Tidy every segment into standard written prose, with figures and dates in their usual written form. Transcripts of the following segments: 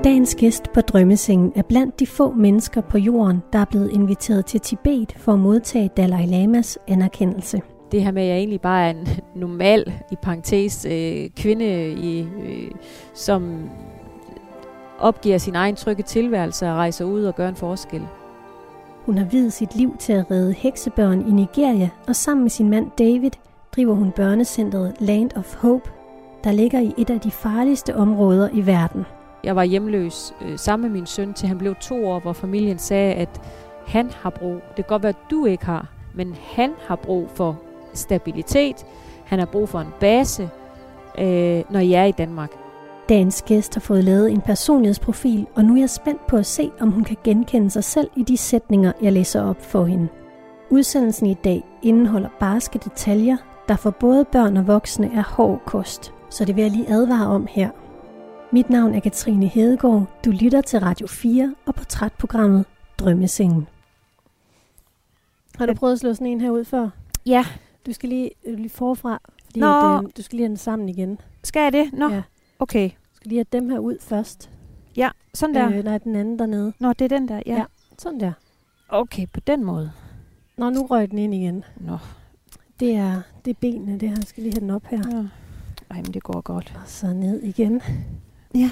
Dagens gæst på Drømmesengen er blandt de få mennesker på jorden, der er blevet inviteret til Tibet for at modtage Dalai Lamas anerkendelse. Det her med, at jeg egentlig bare er en normal, i parentes, kvinde, som opgiver sin egen trygge tilværelse og rejser ud og gør en forskel. Hun har viet sit liv til at redde heksebørn i Nigeria, og sammen med sin mand David driver hun børnecentret Land of Hope, der ligger i et af de farligste områder i verden. Jeg var hjemløs sammen med min søn, til han blev 2 år, hvor familien sagde, at han har brug, det kan godt være, at du ikke har, men han har brug for stabilitet, han har brug for en base, når jeg er i Danmark. Dagens gæst har fået lavet en personlighedsprofil, og nu er jeg spændt på at se, om hun kan genkende sig selv i de sætninger, jeg læser op for hende. Udsendelsen i dag indeholder barske detaljer, der for både børn og voksne er hård kost, så det vil jeg lige advare om her. Mit navn er Katrine Hedegaard. Du lytter til Radio 4 og portrætprogrammet Drømmesengen. Har du prøvet at slå sådan en her ud før? Ja. Du skal lige forfra, fordi du skal lige have den sammen igen. Skal jeg det? Nå, ja. Okay. Du skal lige have dem her ud først. Ja, sådan der. Nej, den anden dernede. Nå, det er den der, ja. Sådan der. Okay, på den måde. Nå, nu røg den ind igen. Nå. Det er benene, det her. Jeg skal lige have den op her. Ja. Ej, men det går godt. Og så ned igen. Ja.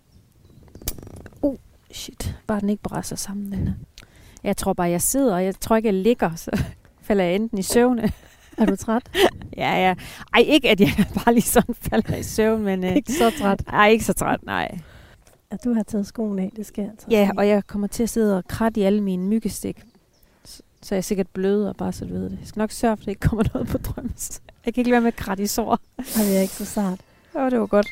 Shit. Bare den ikke brænder sammen, den her. Jeg tror bare, jeg sidder, og jeg tror ikke, jeg ligger, så falder jeg enten i søvne. Er du træt? Ja. Ej, ikke at jeg bare lige sådan falder i søvn, men... Ikke så træt? Ej, ikke så træt, nej. Ja, du har taget skoene af, det skal jeg altså. Ja, og jeg kommer til at sidde og kratte i alle mine myggestik. Så er jeg sikkert blød, og bare så du ved det. Jeg skal nok sørge for, at det ikke kommer noget på drømmes. Jeg kan ikke lade være med at kratte i sår. Ej, det er ikke så sart. Ja, det var godt.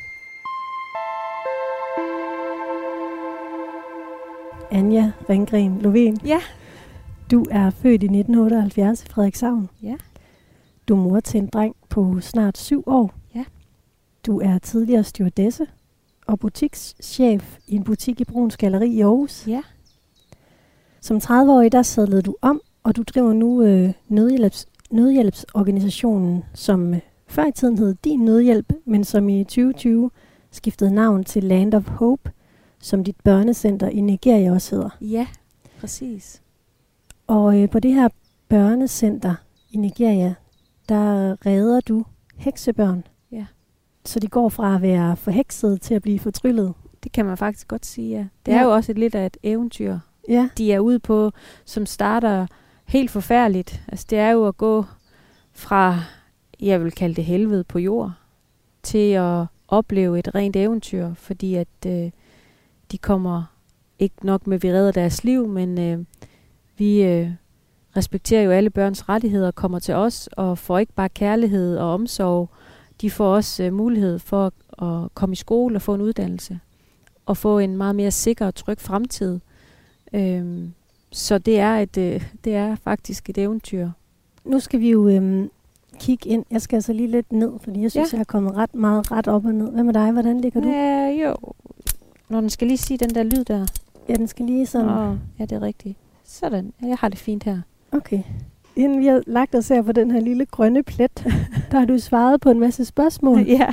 Anja Ringgren Lovén. Ja. Du er født i 1978 i Frederikshavn. Ja. Du er mor til en dreng på snart 7 år. Ja. Du er tidligere stewardesse og butikschef i en butik i Bruuns Galleri i Aarhus. Ja. Som 30-årig, der sadlede du om, og du driver nu nødhjælpsorganisationen, som før i tiden hed Din Nødhjælp, men som i 2020 skiftede navn til Land of Hope, som dit børnecenter i Nigeria også hedder. Ja, præcis. Og på det her børnecenter i Nigeria, der redder du heksebørn. Ja. Så de går fra at være forhekset til at blive fortryllet. Det kan man faktisk godt sige, ja. Det er jo også lidt af et eventyr, de er ude på, som starter helt forfærdeligt. Altså det er jo at gå fra, jeg vil kalde det helvede på jord, til at opleve et rent eventyr, fordi at de kommer ikke nok med, at vi redder deres liv, men vi respekterer jo alle børns rettigheder og kommer til os og får ikke bare kærlighed og omsorg. De får også mulighed for at komme i skole og få en uddannelse og få en meget mere sikker og tryg fremtid. Så det er faktisk et eventyr. Nu skal vi jo kigge ind. Jeg skal altså lige lidt ned, fordi jeg synes, jeg har kommet ret op og ned. Hvad med dig? Hvordan ligger du? Ja, jo. Når den skal lige sige den der lyd der. Ja, den skal lige sådan. Ja, det er rigtigt. Sådan. Jeg har det fint her. Okay. Inden vi har lagt os her på den her lille grønne plet, der har du svaret på en masse spørgsmål. Ja.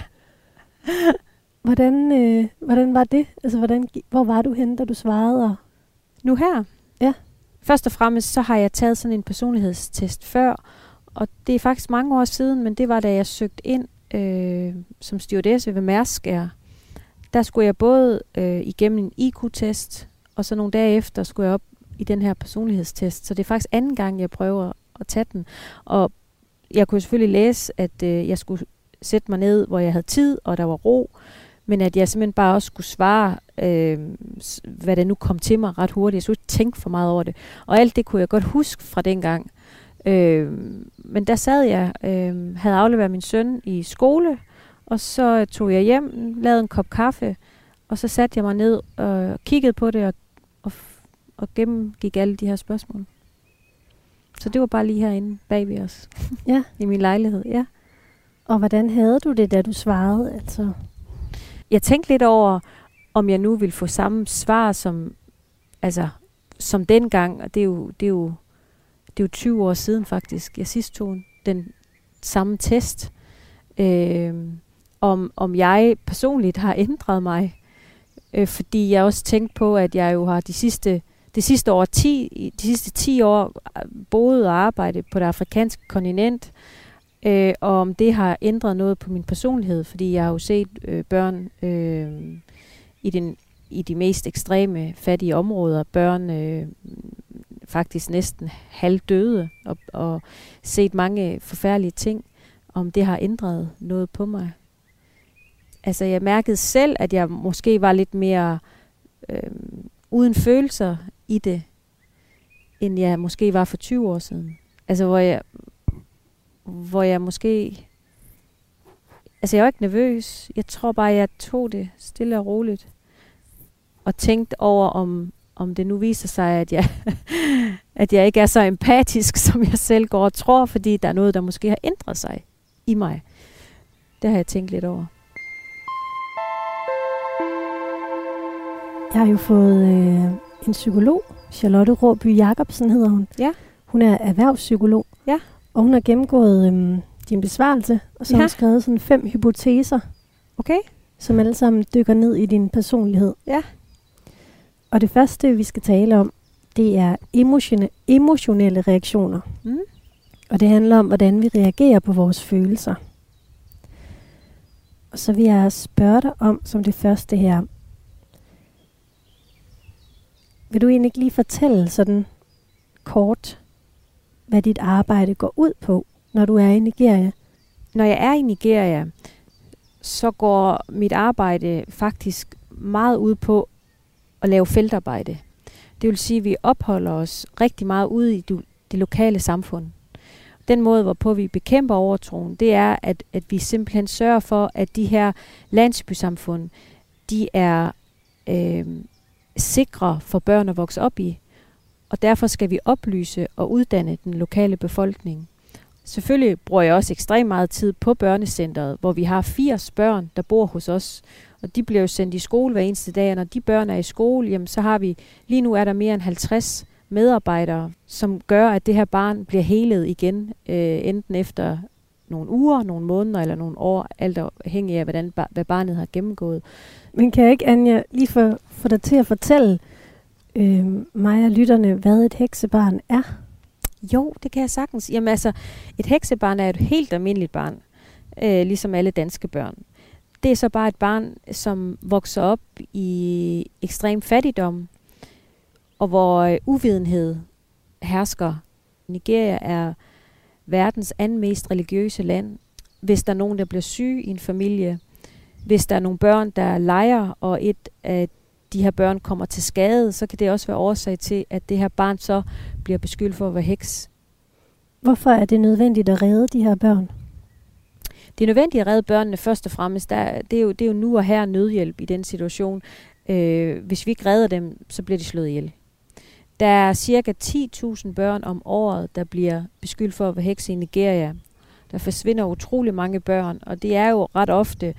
Hvordan var det? Altså, hvor var du henne, da du svarede? Nu her? Ja. Først og fremmest, så har jeg taget sådan en personlighedstest før, og det er faktisk mange år siden, men det var, da jeg søgte ind som stewardesse ved Mærsk Air. Der skulle jeg både igennem en IQ-test, og så nogle dage efter skulle jeg op i den her personlighedstest. Så det er faktisk anden gang, jeg prøver at tage den. Og jeg kunne selvfølgelig læse, at jeg skulle sætte mig ned, hvor jeg havde tid, og der var ro, men at jeg simpelthen bare også skulle svare, hvad der nu kom til mig ret hurtigt. Jeg skulle ikke tænke for meget over det. Og alt det kunne jeg godt huske fra dengang. Men der sad jeg, havde afleveret min søn i skole, og så tog jeg hjem, lavede en kop kaffe, og så satte jeg mig ned og kiggede på det, og gennemgik alle de her spørgsmål. Så det var bare lige herinde bag ved os. Ja. I min lejlighed, ja. Og hvordan havde du det, da du svarede? Altså? Jeg tænkte lidt over, om jeg nu ville få samme svar som dengang, og det er jo 20 år siden faktisk. Jeg sidst tog den samme test. Om jeg personligt har ændret mig. fordi jeg også tænkte på, at jeg jo har de sidste 10 år boet og arbejdet på det afrikanske kontinent, og om det har ændret noget på min personlighed, fordi jeg har jo set børn i de mest ekstreme fattige områder, børn faktisk næsten halvdøde, og set mange forfærdelige ting, om det har ændret noget på mig. Altså jeg mærkede selv, at jeg måske var lidt mere uden følelser i det, end jeg måske var for 20 år siden. Altså hvor jeg måske... Altså jeg var ikke nervøs. Jeg tror bare, jeg tog det stille og roligt. Og tænkte over, om det nu viser sig, at jeg ikke er så empatisk, som jeg selv går og tror, fordi der er noget, der måske har ændret sig i mig. Det har jeg tænkt lidt over. Jeg har jo fået en psykolog, Charlotte Råby Jacobsen hedder hun. Ja. Hun er erhvervspsykolog, ja. Og hun har gennemgået din besvarelse, og så har hun skrevet sådan 5 hypoteser, okay, som alle sammen dykker ned i din personlighed. Ja. Og det første, vi skal tale om, det er emotionelle reaktioner. Mm. Og det handler om, hvordan vi reagerer på vores følelser. Og så vil jeg spørge dig om, som det første her, vil du egentlig ikke lige fortælle sådan kort, hvad dit arbejde går ud på, når du er i Nigeria? Når jeg er i Nigeria, så går mit arbejde faktisk meget ud på at lave feltarbejde. Det vil sige, at vi opholder os rigtig meget ude i det lokale samfund. Den måde, hvorpå vi bekæmper overtroen, det er, at vi simpelthen sørger for, at de her landsbysamfund, de er sikre for børn at vokse op i. Og derfor skal vi oplyse og uddanne den lokale befolkning. Selvfølgelig bruger jeg også ekstremt meget tid på børnecentret, hvor vi har 80 børn, der bor hos os. Og de bliver jo sendt i skole hver eneste dag, og når de børn er i skole, jamen, så har vi, lige nu er der mere end 50 medarbejdere, som gør, at det her barn bliver helet igen, enten efter nogle uger, nogle måneder eller nogle år, alt afhængig af, hvad barnet har gennemgået. Men kan jeg ikke, Anja, lige få dig til at fortælle mig og lytterne, hvad et heksebarn er? Jo, det kan jeg sagtens. Jamen altså, et heksebarn er et helt almindeligt barn, ligesom alle danske børn. Det er så bare et barn, som vokser op i ekstrem fattigdom, og hvor uvidenhed hersker. Nigeria er verdens anden mest religiøse land. Hvis der er nogen, der bliver syg i en familie, hvis der er nogle børn, der leger, og et af de her børn kommer til skade, så kan det også være årsag til, at det her barn så bliver beskyldt for at være heks. Hvorfor er det nødvendigt at redde de her børn? Det er nødvendigt at redde børnene først og fremmest. Det er jo nu og her nødhjælp i den situation. Hvis vi ikke redder dem, så bliver de slået ihjel. Der er cirka 10.000 børn om året, der bliver beskyldt for at være hekse i Nigeria. Der forsvinder utrolig mange børn, og det er jo ret ofte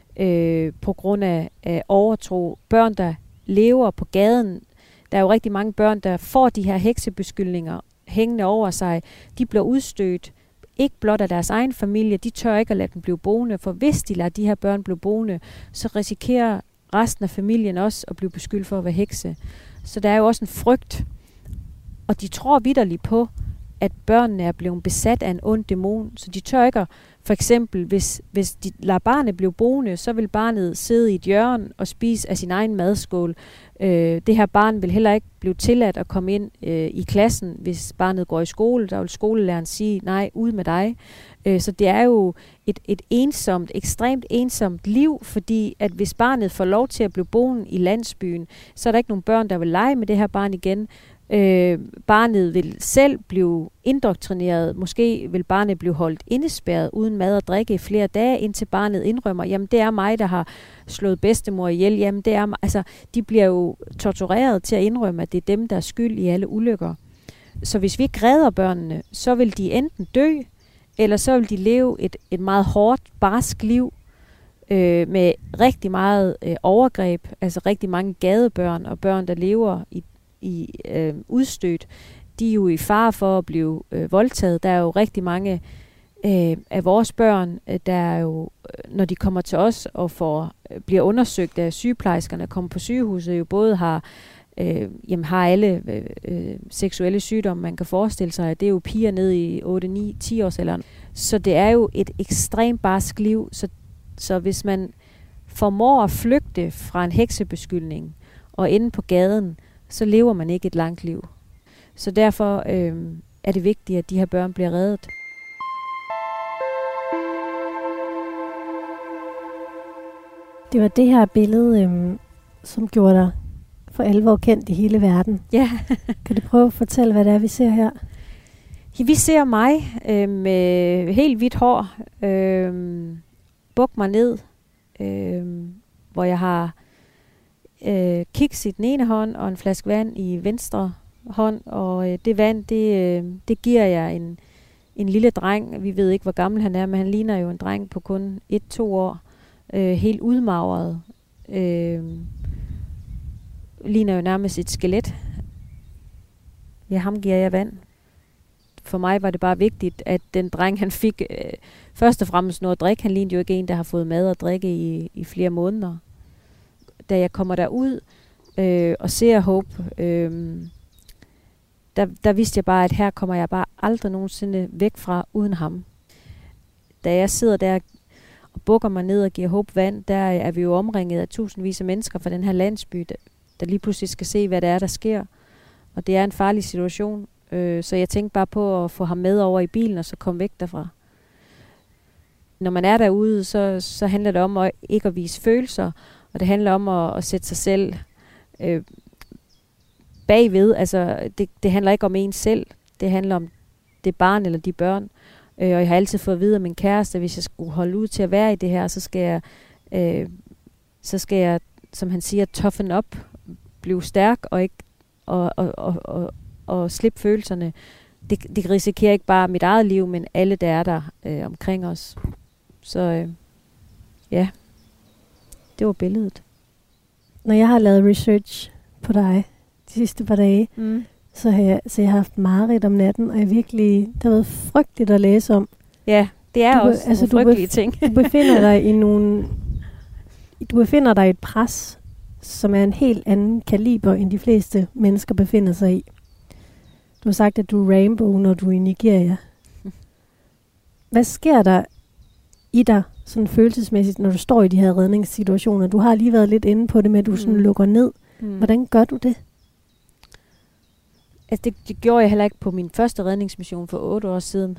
på grund af overtro. Børn, der lever på gaden. Der er jo rigtig mange børn, der får de her heksebeskyldninger hængende over sig. De bliver udstødt, ikke blot af deres egen familie. De tør ikke at lade dem blive boende, for hvis de lader de her børn blive boende, så risikerer resten af familien også at blive beskyldt for at være hekse. Så der er jo også en frygt. Og de tror vitterligt på, at børnene er blevet besat af en ond dæmon. Så de tør ikke, for eksempel, hvis de lader barnet blive boende, så vil barnet sidde i et hjørne og spise af sin egen madskål. Det her barn vil heller ikke blive tilladt at komme ind i klassen, hvis barnet går i skole. Der vil skolelæreren sige, nej, ud med dig. Så det er jo et ensomt, ekstremt ensomt liv, fordi at hvis barnet får lov til at blive boende i landsbyen, så er der ikke nogen børn, der vil lege med det her barn igen. Barnet vil selv blive indoktrineret. Måske vil barnet blive holdt indespærret uden mad og drikke i flere dage, indtil barnet indrømmer, jamen det er mig, der har slået bedstemor ihjel. Jamen det er mig. Altså, de bliver jo tortureret til at indrømme, at det er dem, der er skyld i alle ulykker. Så hvis vi ikke redder børnene, så vil de enten dø, eller så vil de leve et meget hårdt, barsk liv med rigtig meget overgreb, altså rigtig mange gadebørn og børn, der lever i udstødt. De er jo i fare for at blive voldtaget. Der er jo rigtig mange af vores børn, der er jo, når de kommer til os og bliver undersøgt af sygeplejerskerne, kommer på sygehuset, jo både har alle seksuelle sygdomme, man kan forestille sig. Det er jo piger ned i 8, 9, 10 års alderen. Så det er jo et ekstremt barsk liv. Så hvis man formår at flygte fra en heksebeskyldning og ende på gaden, så lever man ikke et langt liv. Så derfor er det vigtigt, at de her børn bliver reddet. Det var det her billede, som gjorde dig for alvor kendt i hele verden. Ja. Kan du prøve at fortælle, hvad det er, vi ser her? Ja, vi ser mig med helt hvidt hår, buk mig ned, hvor jeg har kiks i den ene hånd og en flaske vand i venstre hånd, og det vand, det giver jeg en lille dreng. Vi ved ikke, hvor gammel han er, men han ligner jo en dreng på kun 1-2 år. Helt udmagret. Ligner jo nærmest et skelet. Ja, ham giver jeg vand. For mig var det bare vigtigt, at den dreng, han fik først og fremmest noget at drikke. Han lignede jo ikke en, der har fået mad og drikke i flere måneder. Da jeg kommer derud og ser Hope, der vidste jeg bare, at her kommer jeg bare aldrig nogensinde væk fra uden ham. Da jeg sidder der og bukker mig ned og giver Hope vand, der er vi jo omringet af tusindvis af mennesker fra den her landsby, der lige pludselig skal se, hvad det er, der sker. Og det er en farlig situation. Så jeg tænkte bare på at få ham med over i bilen og så komme væk derfra. Når man er derude, så handler det om ikke at vise følelser, og det handler om at sætte sig selv bagved. Altså, det handler ikke om en selv. Det handler om det barn eller de børn. Og jeg har altid fået at vide af min kæreste, at hvis jeg skulle holde ud til at være i det her, så skal jeg, som han siger, toughen up, blive stærk og ikke og slippe følelserne. Det risikerer ikke bare mit eget liv, men alle, der er der omkring os. Så ja, det var billedet. Når jeg har lavet research på dig de sidste par dage, så har jeg haft mareridt om natten, og det har været frygteligt at læse om. Ja, det er også nogle frygtelige ting. Du befinder dig i et pres, som er en helt anden kaliber, end de fleste mennesker befinder sig i. Du har sagt, at du er rainbow, når du er i Nigeria. Hvad sker der i dig, sådan følelsesmæssigt, når du står i de her redningssituationer? Du har lige været lidt inde på det med, at du sådan lukker ned. Hvordan gør du det? Altså det gjorde jeg heller ikke på min første redningsmission for 8 år siden.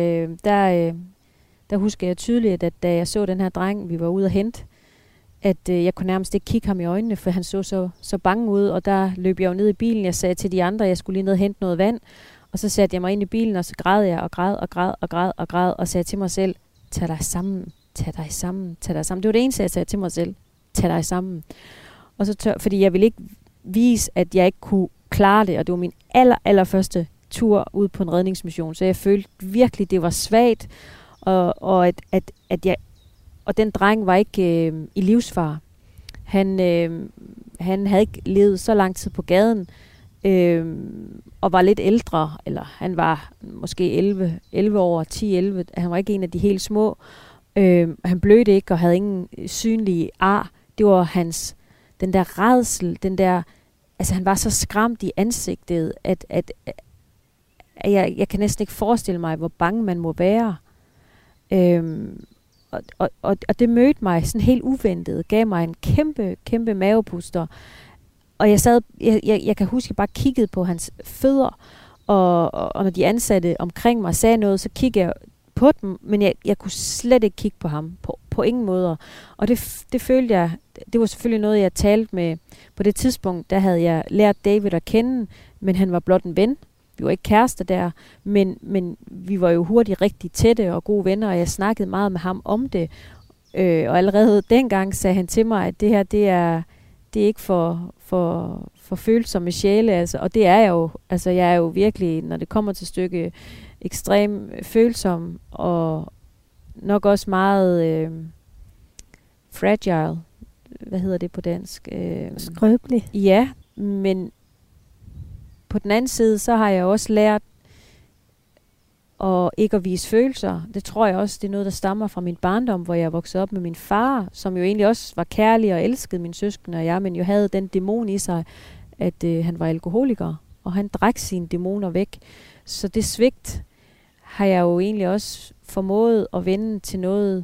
Der husker jeg tydeligt, at da jeg så den her dreng, vi var ude at hente, at jeg kunne nærmest ikke kigge ham i øjnene, for han så bange ud, og der løb jeg jo ned i bilen. Jeg sagde til de andre, at jeg skulle lige ned og hente noget vand, og så satte jeg mig ind i bilen, og så græd jeg og græd, og sagde til mig selv, tag dig sammen. Det var det eneste, jeg sagde til mig selv, tag dig sammen. Og så fordi jeg ville ikke vise, at jeg ikke kunne klare det, og det var min allerførste tur ud på en redningsmission, så jeg følte virkelig, det var svagt, og at den dreng var ikke i livsfare. Han havde ikke levet så lang tid på gaden, og var lidt ældre, eller han var måske 11 år, 10-11, han var ikke en af de helt små. Han blødte ikke, og havde ingen synlige ar. Det var den der rædsel, altså han var så skræmt i ansigtet, at jeg kan næsten ikke forestille mig, hvor bange man må være. Og det mødte mig sådan helt uventet, gav mig en kæmpe mavepuster. Og jeg kan huske, at jeg bare kiggede på hans fødder, og når de ansatte omkring mig sagde noget, så kiggede jeg på dem, men jeg kunne slet ikke kigge på ham, på ingen måder. Og det følte jeg, det var selvfølgelig noget, jeg talte med. På det tidspunkt, der havde jeg lært David at kende, men han var blot en ven. Vi var ikke kærester der, men vi var jo hurtigt rigtig tætte og gode venner, og jeg snakkede meget med ham om det. Og allerede dengang sagde han til mig, at det her, det er ikke for følsomme sjæle. Altså, og det er jeg jo. Altså, jeg er jo virkelig, når det kommer til stykket, ekstrem følsom, og nok også meget fragile. Hvad hedder det på dansk? Skrøbelig. Ja, men på den anden side, så har jeg også lært og ikke at vise følelser. Det tror jeg også, det er noget, der stammer fra min barndom, hvor jeg voksede op med min far, som jo egentlig også var kærlig og elskede mine søskende og jeg, men jo havde den dæmon i sig, at han var alkoholiker, og han drak sine dæmoner væk. Så det svigt har jeg jo egentlig også formået at vende til noget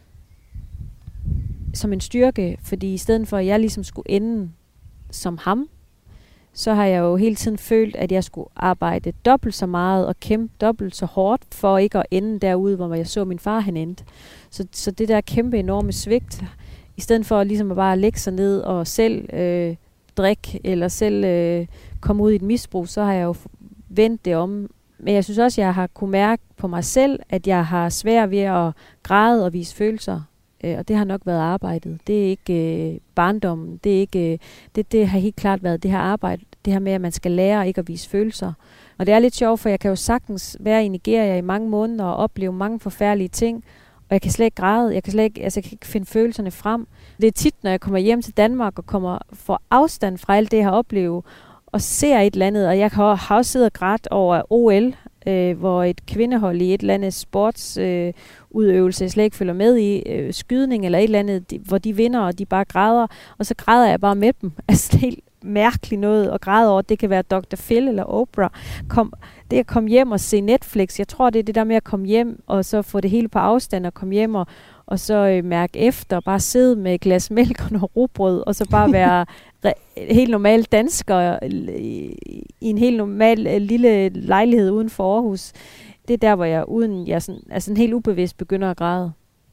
som en styrke, fordi i stedet for, at jeg ligesom skulle ende som ham, så har jeg jo hele tiden følt, at jeg skulle arbejde dobbelt så meget og kæmpe dobbelt så hårdt, for ikke at ende derude, hvor jeg så min far, han endte. Så det der kæmpe enorme svigt, i stedet for ligesom at bare lægge sig ned og selv drikke, eller selv komme ud i et misbrug, så har jeg jo vendt det om. Men jeg synes også, at jeg har kunne mærke på mig selv, at jeg har svært ved at græde og vise følelser. Og det har nok været arbejdet. Det er ikke barndommen. Det er ikke det har helt klart været det her arbejde. Det her med, at man skal lære ikke at vise følelser. Og det er lidt sjovt, for jeg kan jo sagtens være i Nigeria i mange måneder og opleve mange forfærdelige ting. Og jeg kan slet ikke græde. Jeg kan ikke finde følelserne frem. Det er tit, når jeg kommer hjem til Danmark og får afstand fra alt det, jeg har oplevet, og ser et eller andet. Og jeg har også siddet og grædt over OL, hvor et kvindehold i et eller andet sportsudøvelse jeg slet ikke følger med i, skydning eller et eller andet, hvor de vinder, og de bare græder, og så græder jeg bare med dem. Altså helt mærkeligt noget at græde over. Det kan være Dr. Phil eller Oprah. Det at komme hjem og se Netflix, jeg tror, det er det der med at komme hjem, og så få det hele på afstand, og komme hjem og så mærke efter, bare sidde med et glas mælk og noget rugbrød, og så bare være helt normal dansker i en helt normal lille lejlighed uden for Aarhus. Det er der, hvor jeg sådan helt ubevidst begynder at græde.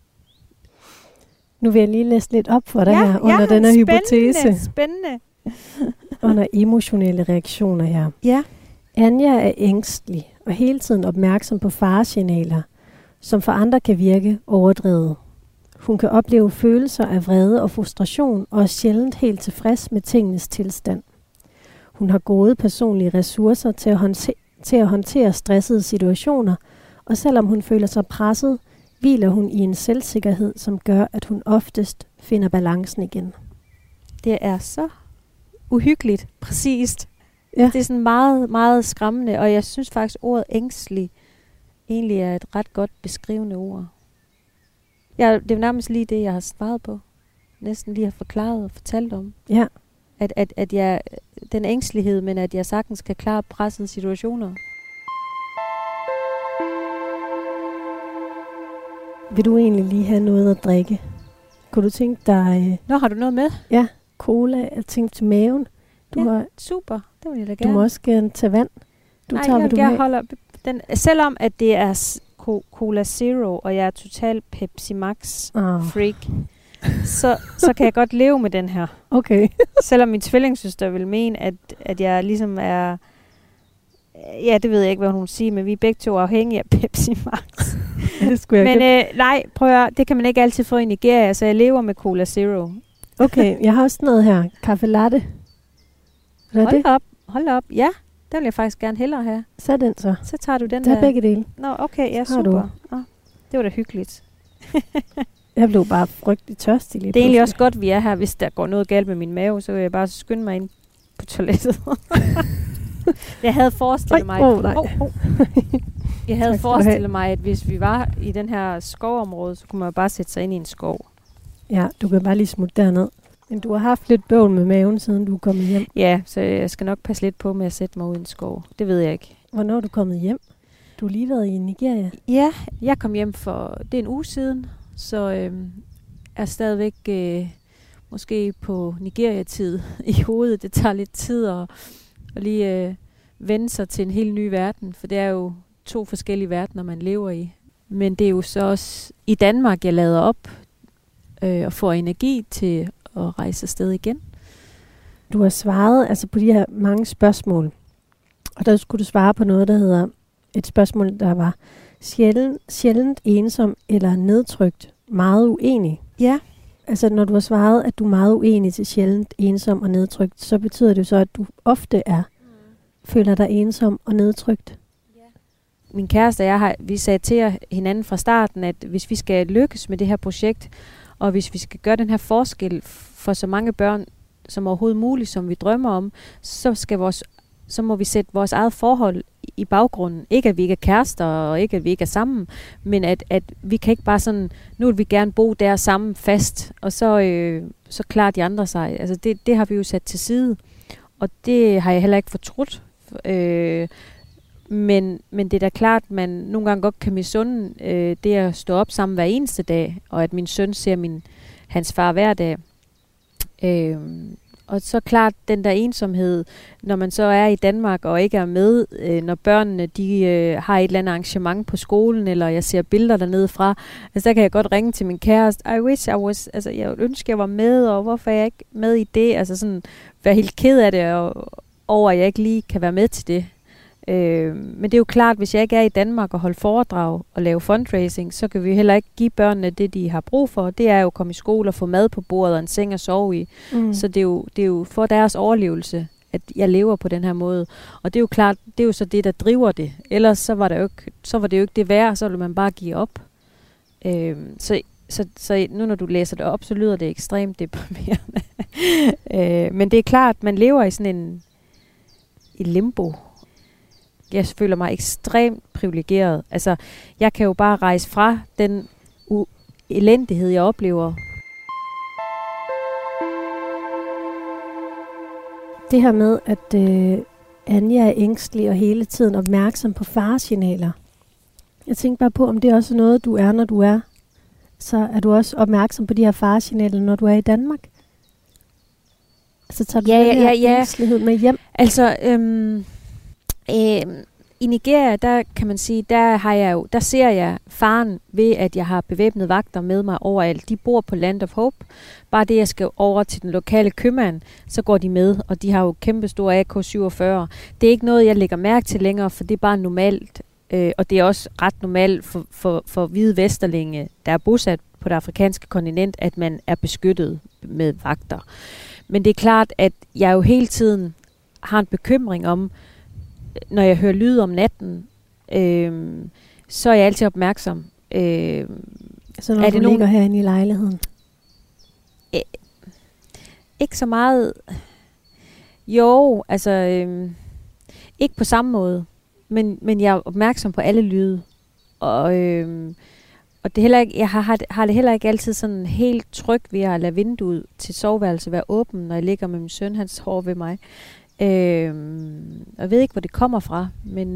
Nu vil jeg lige læse lidt op for dig her under denne hypotese. Spændende. Under emotionelle reaktioner her. Ja. Anja er ængstelig og hele tiden opmærksom på faresignaler, som for andre kan virke overdrevet. Hun kan opleve følelser af vrede og frustration og er sjældent helt tilfreds med tingenes tilstand. Hun har gode personlige ressourcer til at håndtere stressede situationer, og selvom hun føler sig presset, hviler hun i en selvsikkerhed, som gør, at hun oftest finder balancen igen. Det er så uhyggeligt, præcist. Ja. Det er sådan meget, meget skræmmende, og jeg synes faktisk, ordet ængstelig egentlig er et ret godt beskrivende ord. Det er nærmest lige det, jeg har svaret på. Næsten lige har forklaret og fortalt om. Ja. At jeg, den ængstelighed, men at jeg sagtens kan klare pressede situationer. Vil du egentlig lige have noget at drikke? Kunne du tænke dig... Nå, har du noget med? Ja, cola. Jeg tænkte til maven. Super. Det vil jeg da gerne. Du må også gerne tage vand. Selvom at det er Cola Zero, og jeg er total Pepsi Max freak, så kan jeg godt leve med den her. Okay. Selvom min tvillingssøster vil mene, at jeg ligesom er... Ja, det ved jeg ikke, hvad hun siger, men vi er begge to afhængige af Pepsi Max. Det skulle jeg nej, prøv at høre, det kan man ikke altid få i Nigeria, så jeg lever med Cola Zero. Okay, jeg har også noget her. Kaffe latte. Hold op. Ja, den vil jeg faktisk gerne hellere have. Så den så. Så tager du den der. der. Begge dele. Nå, okay, ja, super. Det var da hyggeligt. Jeg blev bare frygtelig tørstig lige. Det er egentlig også godt, vi er her. Hvis der går noget galt med min mave, så vil jeg bare skynde mig ind på toilettet. Jeg havde forestillet mig... Jeg havde forestillet mig, at hvis vi var i den her skovområde, så kunne man bare sætte sig ind i en skov. Ja, du kan bare lige smutte derned. Men du har haft lidt bøvl med maven, siden du er kommet hjem. Ja, så jeg skal nok passe lidt på med at sætte mig ud i en skov. Det ved jeg ikke. Hvornår er du kommet hjem? Du har lige været i Nigeria. Ja, jeg kom hjem det er en uge siden, så er stadigvæk måske på Nigeria-tid i hovedet. Det tager lidt tid at lige vende sig til en helt ny verden, for det er jo 2 forskellige verdener, man lever i. Men det er jo så også i Danmark, jeg lader op og får energi til at rejse afsted igen. Du har svaret på de her mange spørgsmål, og der skulle du svare på noget, der hedder et spørgsmål, der var sjældent ensom eller nedtrykt, meget uenig. Ja. Altså når du har svaret, at du er meget uenig til sjældent ensom og nedtrykt, så betyder det så, at du ofte føler dig ensom og nedtrykt. Min kæreste og vi sagde til hinanden fra starten, at hvis vi skal lykkes med det her projekt, og hvis vi skal gøre den her forskel for så mange børn som overhovedet muligt, som vi drømmer om, så må vi sætte vores eget forhold i baggrunden. Ikke at vi ikke er kærester, og ikke at vi ikke er sammen, men at vi kan ikke bare sådan, nu vil vi gerne bo der sammen fast, og så klarer de andre sig. Altså det har vi jo sat til side, og det har jeg heller ikke fortrudt. Men det er da klart, at man nogle gange godt kan misunde det at stå op sammen hver eneste dag, og at min søn ser hans far hver dag. Og så klart den der ensomhed, når man så er i Danmark og ikke er med, når børnene de har et eller andet arrangement på skolen, eller jeg ser billeder dernede fra, altså der kan jeg godt ringe til min kæreste, I wish I was, altså jeg ønsker jeg var med, og hvorfor er jeg ikke med i det, altså sådan være helt ked af det, og over at jeg ikke lige kan være med til det. Men det er jo klart, hvis jeg ikke er i Danmark og holder foredrag og lave fundraising, så kan vi heller ikke give børnene det, de har brug for. Det er jo at komme i skole og få mad på bordet og en seng at sove i. Så det er jo for deres overlevelse, at jeg lever på den her måde. Og det er jo klart, det er jo så det, der driver det. Ellers så var det jo ikke det værd, så ville man bare give op. Så nu når du læser det op, så lyder det ekstremt deprimerende. Men det er klart, man lever i sådan en limbo. Jeg føler mig ekstremt privilegeret. Altså, jeg kan jo bare rejse fra den elendighed, jeg oplever. Det her med, at Anja er ængstelig og hele tiden opmærksom på faresignaler. Jeg tænker bare på, om det også er noget, du er, når du er. Så er du også opmærksom på de her faresignaler, når du er i Danmark? Så tager du den her ængstelighed med hjem? Altså, i Nigeria, der kan man sige, der ser jeg faren ved, at jeg har bevæbnede vagter med mig overalt. De bor på Land of Hope. Bare det, jeg skal over til den lokale købmand, så går de med, og de har jo kæmpe store AK-47. Det er ikke noget, jeg lægger mærke til længere, for det er bare normalt. Og det er også ret normalt for hvide vesterlinge, der er bosat på det afrikanske kontinent, at man er beskyttet med vagter. Men det er klart, at jeg jo hele tiden har en bekymring om, når jeg hører lyd om natten, så er jeg altid opmærksom. Så når du ligger herinde i lejligheden? Ikke så meget. Jo, altså ikke på samme måde. Men jeg er opmærksom på alle lyde. Og det heller ikke, jeg har det heller ikke altid sådan helt trygt ved at lade vinduet til soveværelset være åben, når jeg ligger med min søn, han sover ved mig. Jeg ved ikke, hvor det kommer fra, men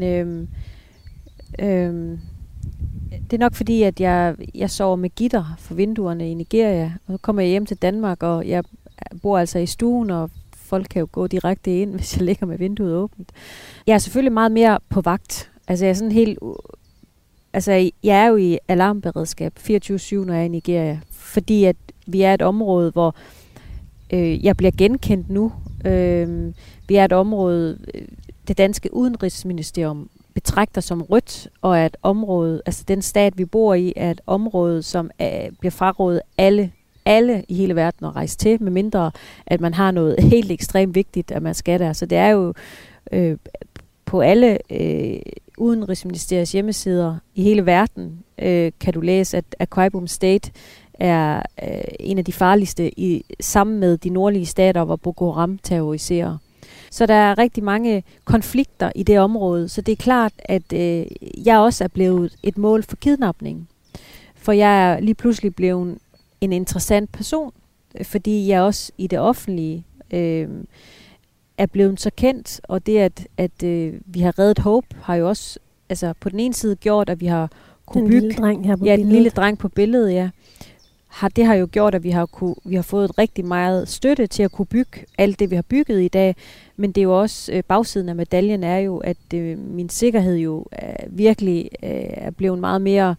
det er nok fordi, at jeg sover med gitter for vinduerne i Nigeria, og så kommer jeg hjem til Danmark, og jeg bor altså i stuen, og folk kan jo gå direkte ind, hvis jeg ligger med vinduet åbent. Jeg er selvfølgelig meget mere på vagt. Altså jeg er sådan helt... Altså jeg er jo i alarmberedskab 24/7, når jeg er i Nigeria, fordi at vi er et område, hvor jeg bliver genkendt nu. Vi er et område, det danske udenrigsministerium betragter som rødt, og at området, altså den stat, vi bor i, er et område, som bliver frarådet alle i hele verden at rejse til, medmindre at man har noget helt ekstremt vigtigt, at man skal der. Så det er jo på alle udenrigsministeriets hjemmesider i hele verden, kan du læse, at Akwa Ibom State er en af de farligste sammen med de nordlige stater, hvor Boko Haram terroriserer. Så der er rigtig mange konflikter i det område, så det er klart, at jeg også er blevet et mål for kidnapning. For jeg er lige pludselig blevet en interessant person, fordi jeg også i det offentlige er blevet så kendt, og det, at vi har reddet Hope, har jo også altså på den ene side gjort, at vi har kunne bygge... Den lille dreng her på billedet. Den lille dreng på billedet, ja. Det har jo gjort, at vi har fået rigtig meget støtte til at kunne bygge alt det, vi har bygget i dag. Men det er jo også, bagsiden af medaljen er jo, at min sikkerhed jo virkelig er blevet meget mere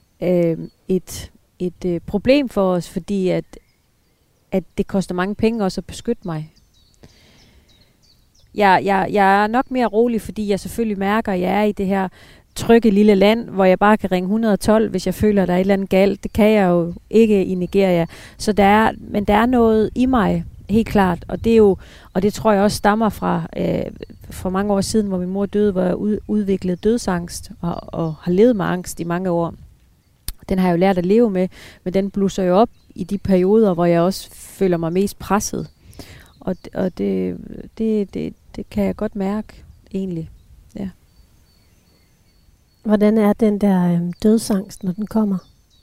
et problem for os, fordi at det koster mange penge også at beskytte mig. Jeg er nok mere rolig, fordi jeg selvfølgelig mærker, at jeg er i det her trygge lille land, hvor jeg bare kan ringe 112, hvis jeg føler, at der er et eller andet galt. Det kan jeg jo ikke i Nigeria. Så men der er noget i mig, helt klart. Og det er jo, og det tror jeg også stammer fra mange år siden, hvor min mor døde, hvor jeg udviklede dødsangst og har levet med angst i mange år. Den har jeg jo lært at leve med, men den blusser jo op i de perioder, hvor jeg også føler mig mest presset. Og det kan jeg godt mærke, egentlig. Ja. Hvordan er den der dødsangst, når den kommer?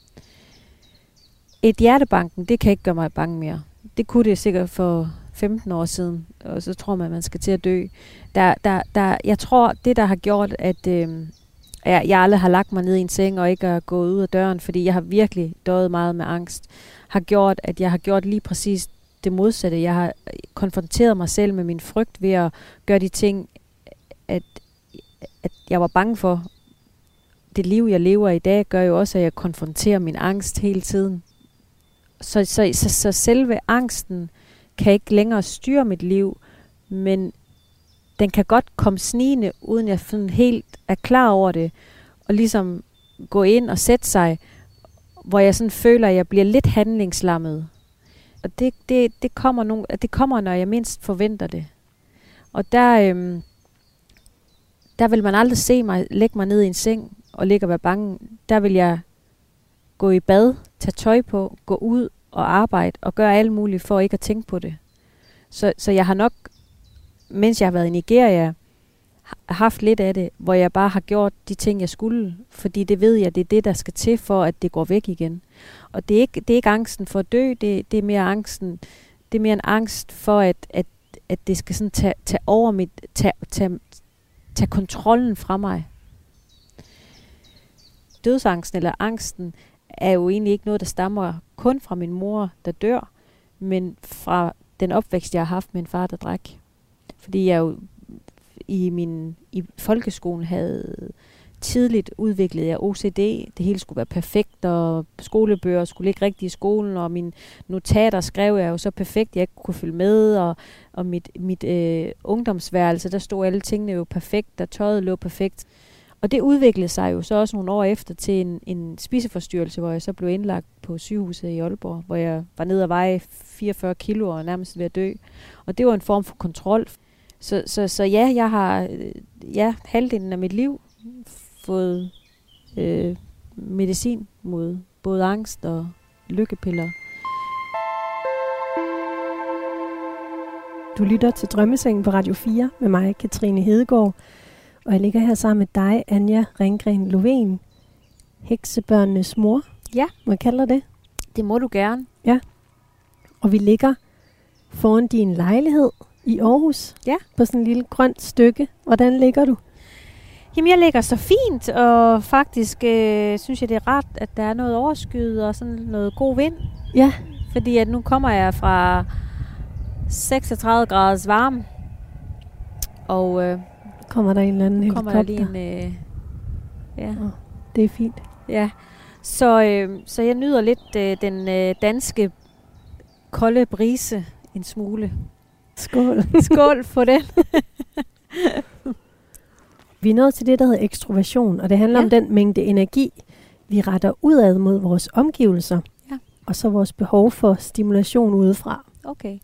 Et hjertebanken, det kan ikke gøre mig bange mere. Det kunne det sikkert for 15 år siden, og så tror man skal til at dø. Jeg tror, det der har gjort, at jeg aldrig har lagt mig ned i en seng og ikke har gået ud af døren, fordi jeg har virkelig døjet meget med angst, har gjort, at jeg har gjort lige præcis det modsatte. Jeg har konfronteret mig selv med min frygt ved at gøre de ting, at jeg var bange for. Det liv, jeg lever i dag, gør jo også, at jeg konfronterer min angst hele tiden. Så selve angsten kan ikke længere styre mit liv, men den kan godt komme snigende, uden jeg sådan helt er klar over det, og ligesom gå ind og sætte sig, hvor jeg sådan føler, at jeg bliver lidt handlingslammet. Og det kommer, når jeg mindst forventer det. Og der vil man aldrig se mig lægge mig ned i en seng og ligge og være bange. Der vil jeg gå i bad, tage tøj på, gå ud og arbejde og gøre alt muligt for ikke at tænke på det. Så jeg har nok, mens jeg har været i Nigeria, haft lidt af det, hvor jeg bare har gjort de ting, jeg skulle. Fordi det ved jeg, det er det, der skal til for, at det går væk igen. Og det er ikke angsten for at dø, det er mere angsten. Det er mere en angst for, at det skal sådan tage over tage kontrollen fra mig. Dødsangsten eller angsten er jo egentlig ikke noget, der stammer kun fra min mor, der dør, men fra den opvækst, jeg har haft med en far, der drak. Fordi jeg jo i folkeskolen havde tidligt udviklet jeg OCD. Det hele skulle være perfekt, og skolebøger skulle ligge rigtigt i skolen, og mine notater skrev jeg jo så perfekt, jeg ikke kunne følge med, og mit ungdomsværelse, der stod alle tingene jo perfekt, der tøjet lå perfekt. Og det udviklede sig jo så også nogle år efter til en spiseforstyrrelse, hvor jeg så blev indlagt på sygehuset i Aalborg, hvor jeg var nede og veje 44 kilo og nærmest ved at dø. Og det var en form for kontrol. Så ja, jeg har halvdelen af mit liv fået medicin mod både angst og lykkepiller. Du lytter til Drømmesengen på Radio 4 med mig, Katrine Hedegaard. Og jeg ligger her sammen med dig, Anja Ringgren Lovén, heksebørnenes mor. Ja. Må jeg kalde dig det? Det må du gerne. Ja. Og vi ligger foran din lejlighed i Aarhus. Ja. På sådan en lille grønt stykke. Hvordan ligger du? Jamen, jeg ligger så fint, og faktisk synes jeg, det er rart, at der er noget overskyet og sådan noget god vind. Ja. Fordi at nu kommer jeg fra 36 graders varme, og kommer der en eller anden helikopter? Kommer der lige en... ja. Oh, det er fint. Ja. Så jeg nyder lidt den danske kolde brise en smule. Skål. Skål for den. Vi er nået til det, der hedder ekstroversion, og det handler om den mængde energi, vi retter udad mod vores omgivelser, og så vores behov for stimulation udefra. Okay.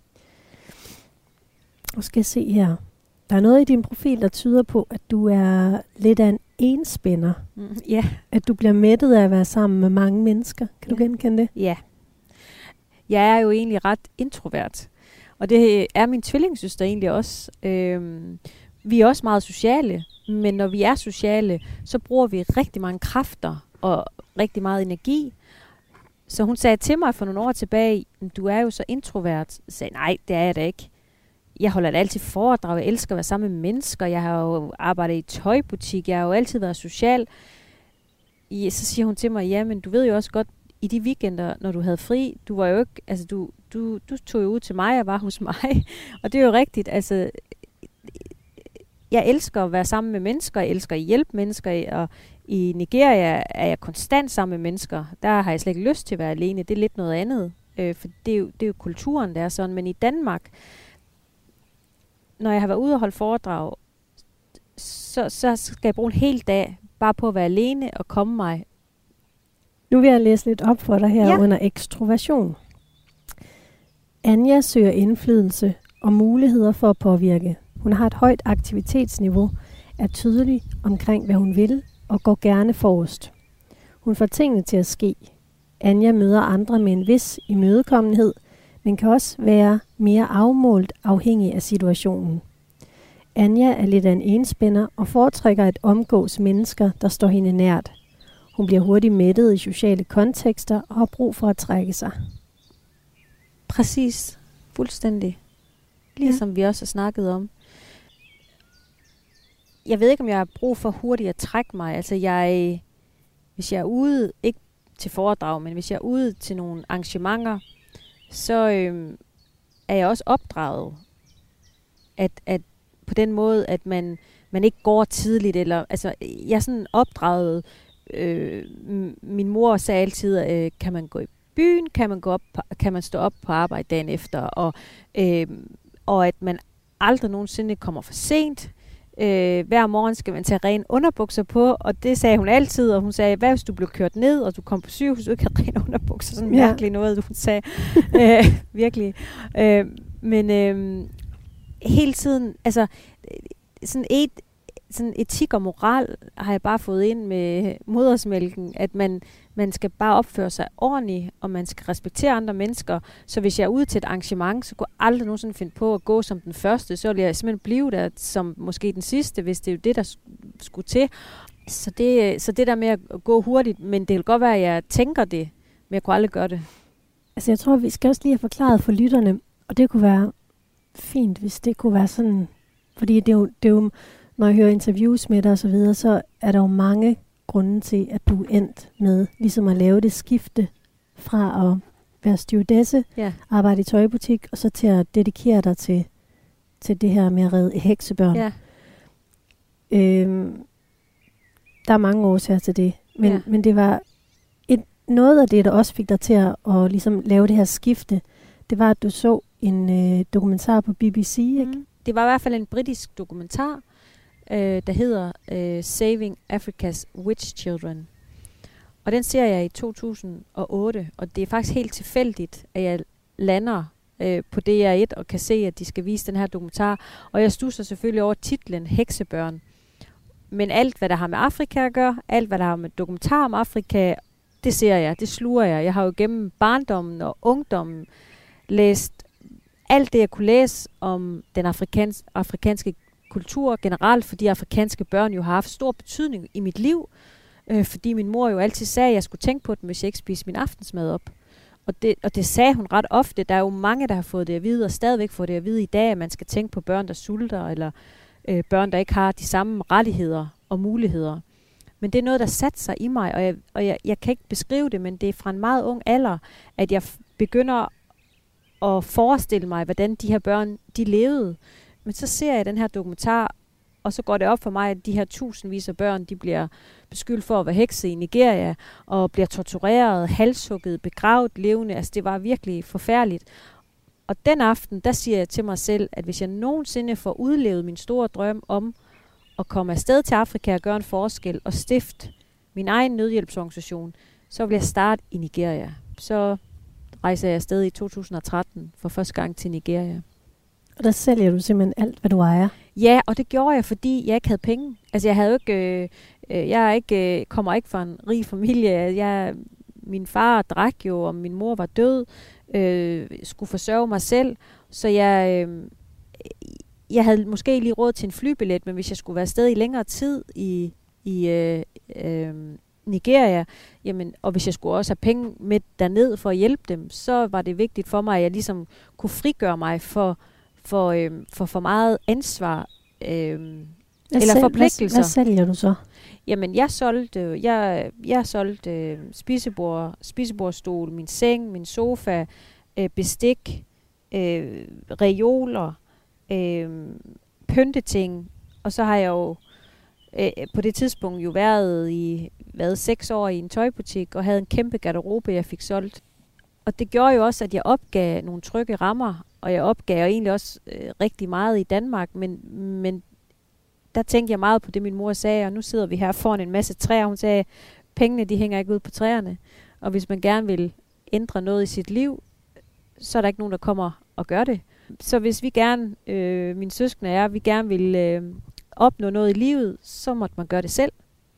Nu skal jeg se her. Der er noget i din profil, der tyder på, at du er lidt af en enspænder. Ja. At du bliver mættet af at være sammen med mange mennesker. Kan du genkende det? Ja. Jeg er jo egentlig ret introvert. Og det er min tvillingssøster egentlig også. Vi er også meget sociale, men når vi er sociale, så bruger vi rigtig mange kræfter og rigtig meget energi. Så hun sagde til mig for nogle år tilbage, du er jo så introvert. Jeg sagde, nej, det er jeg da ikke. Jeg holder da altid foredrag. Jeg elsker at være sammen med mennesker. Jeg har jo arbejdet i tøjbutik. Jeg har jo altid været social. Så siger hun til mig, ja, men du ved jo også godt, i de weekender, når du havde fri, du var jo ikke, altså du tog jo ud til mig og var hos mig. Og det er jo rigtigt, altså jeg elsker at være sammen med mennesker, jeg elsker at hjælpe mennesker, og i Nigeria er jeg konstant sammen med mennesker. Der har jeg slet ikke lyst til at være alene, det er lidt noget andet, for det er jo kulturen, der er sådan. Men i Danmark, når jeg har været ude og holde foredrag, så skal jeg bruge en hel dag bare på at være alene og komme mig. Nu vil jeg læse lidt op for dig her under ekstroversion. Anja søger indflydelse og muligheder for at påvirke. Hun har et højt aktivitetsniveau, er tydelig omkring, hvad hun vil, og går gerne forrest. Hun får tingene til at ske. Anja møder andre med en vis imødekommenhed, men kan også være mere afmålt afhængig af situationen. Anja er lidt af en enspænder og foretrækker at omgås mennesker, der står hende nært. Hun bliver hurtigt mættet i sociale kontekster og har brug for at trække sig. Præcis. Fuldstændig. Ligesom vi også har snakket om. Jeg ved ikke, om jeg har brug for hurtigt at trække mig. Altså hvis jeg er ude, ikke til foredrag, men hvis jeg er ude til nogle arrangementer, så er jeg også opdraget at på den måde, at man ikke går tidligt. Eller, altså, jeg er sådan opdraget. Min mor sagde altid, kan man gå i byen, kan man stå op på arbejde dagen efter, og at man aldrig nogensinde kommer for sent. Hver morgen skal man tage rene underbukser på, og det sagde hun altid, og hun sagde, hvad hvis du blev kørt ned, og du kom på sygehus, og du ikke havde rene underbukser, sådan mærkeligt noget, hun sagde. Virkelig. Men hele tiden, altså sådan etik og moral har jeg bare fået ind med modersmælken, at man skal bare opføre sig ordentligt, og man skal respektere andre mennesker. Så hvis jeg er ude til et arrangement, så kunne jeg aldrig nogensinde finde på at gå som den første. Så ville jeg simpelthen blive der som måske den sidste, hvis det er jo det, der skulle til. Så det der med at gå hurtigt, men det vil godt være, at jeg tænker det, men jeg kunne aldrig gøre det. Altså jeg tror, vi skal også lige have forklaret for lytterne, og det kunne være fint, hvis det kunne være sådan, fordi det er jo når jeg hører interviews med dig og så videre, så er der jo mange grunde til, at du er endt med ligesom at lave det skifte fra at være stewardesse, arbejde i tøjbutik, og så til at dedikere dig til det her med at redde heksebørn. Ja. Der er mange årsager til det, men det var noget af det, der også fik dig til at ligesom lave det her skifte, det var, at du så en dokumentar på BBC, ikke? Det var i hvert fald en britisk dokumentar, der hedder Saving Africa's Witch Children. Og den ser jeg i 2008, og det er faktisk helt tilfældigt, at jeg lander på DR1 og kan se, at de skal vise den her dokumentar. Og jeg studser selvfølgelig over titlen Heksebørn. Men alt, hvad der har med Afrika at gøre, alt, hvad der har med dokumentar om Afrika, det ser jeg, det sluger jeg. Jeg har jo gennem barndommen og ungdommen læst alt det, jeg kunne læse om den afrikanske kultur generelt, fordi afrikanske børn jo har haft stor betydning i mit liv, fordi min mor jo altid sagde, at jeg skulle tænke på dem, hvis jeg ikke spiste min aftensmad op. Og det sagde hun ret ofte. Der er jo mange, der har fået det at vide, og stadigvæk får det at vide i dag, at man skal tænke på børn, der sulter, eller børn, der ikke har de samme rettigheder og muligheder. Men det er noget, der satte sig i mig, og jeg kan ikke beskrive det, men det er fra en meget ung alder, at jeg begynder at forestille mig, hvordan de her børn, de levede. Men så ser jeg den her dokumentar, og så går det op for mig, at de her tusindvis af børn, de bliver beskyldt for at være hekse i Nigeria, og bliver tortureret, halshugget, begravet levende. Altså det var virkelig forfærdeligt. Og den aften, der siger jeg til mig selv, at hvis jeg nogensinde får udlevet min store drøm om at komme afsted til Afrika og gøre en forskel, og stifte min egen nødhjælpsorganisation, så vil jeg starte i Nigeria. Så rejser jeg afsted i 2013 for første gang til Nigeria. Og der sælger du simpelthen alt, hvad du ejer? Ja, og det gjorde jeg, fordi jeg ikke havde penge. Altså jeg havde jo ikke, kommer ikke fra en rig familie. Min far drak jo, og min mor var død. Skulle forsørge mig selv. Så jeg havde måske lige råd til en flybillet, men hvis jeg skulle være afsted i længere tid i Nigeria, jamen, og hvis jeg skulle også have penge med derned for at hjælpe dem, så var det vigtigt for mig, at jeg ligesom kunne frigøre mig for meget ansvar eller forpligtelser. Hvad sælger du så? Jamen, jeg solgte spisebordstol, min seng, min sofa, bestik, reoler, pynteting, og så har jeg jo på det tidspunkt jo været 6 år i en tøjbutik og havde en kæmpe garderobe, jeg fik solgt. Og det gjorde jo også, at jeg opgav nogle trygge rammer, og jeg opgav egentlig også rigtig meget i Danmark, men der tænkte jeg meget på det, min mor sagde, og nu sidder vi her foran en masse træer. Hun sagde, pengene de hænger ikke ud på træerne, og hvis man gerne vil ændre noget i sit liv, så er der ikke nogen, der kommer og gør det. Så hvis vi gerne, mine søskende og jeg, vi gerne vil opnå noget i livet, så måtte man gøre det selv.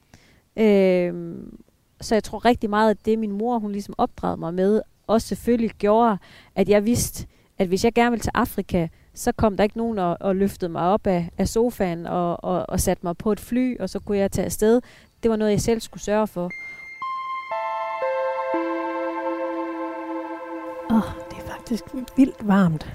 Så jeg tror rigtig meget, at det min mor, hun ligesom opdragede mig med, også selvfølgelig gjorde, at jeg vidste, at hvis jeg gerne ville til Afrika, så kom der ikke nogen og løftede mig op af sofaen og satte mig på et fly, og så kunne jeg tage afsted. Det var noget, jeg selv skulle sørge for. Det er faktisk vildt varmt.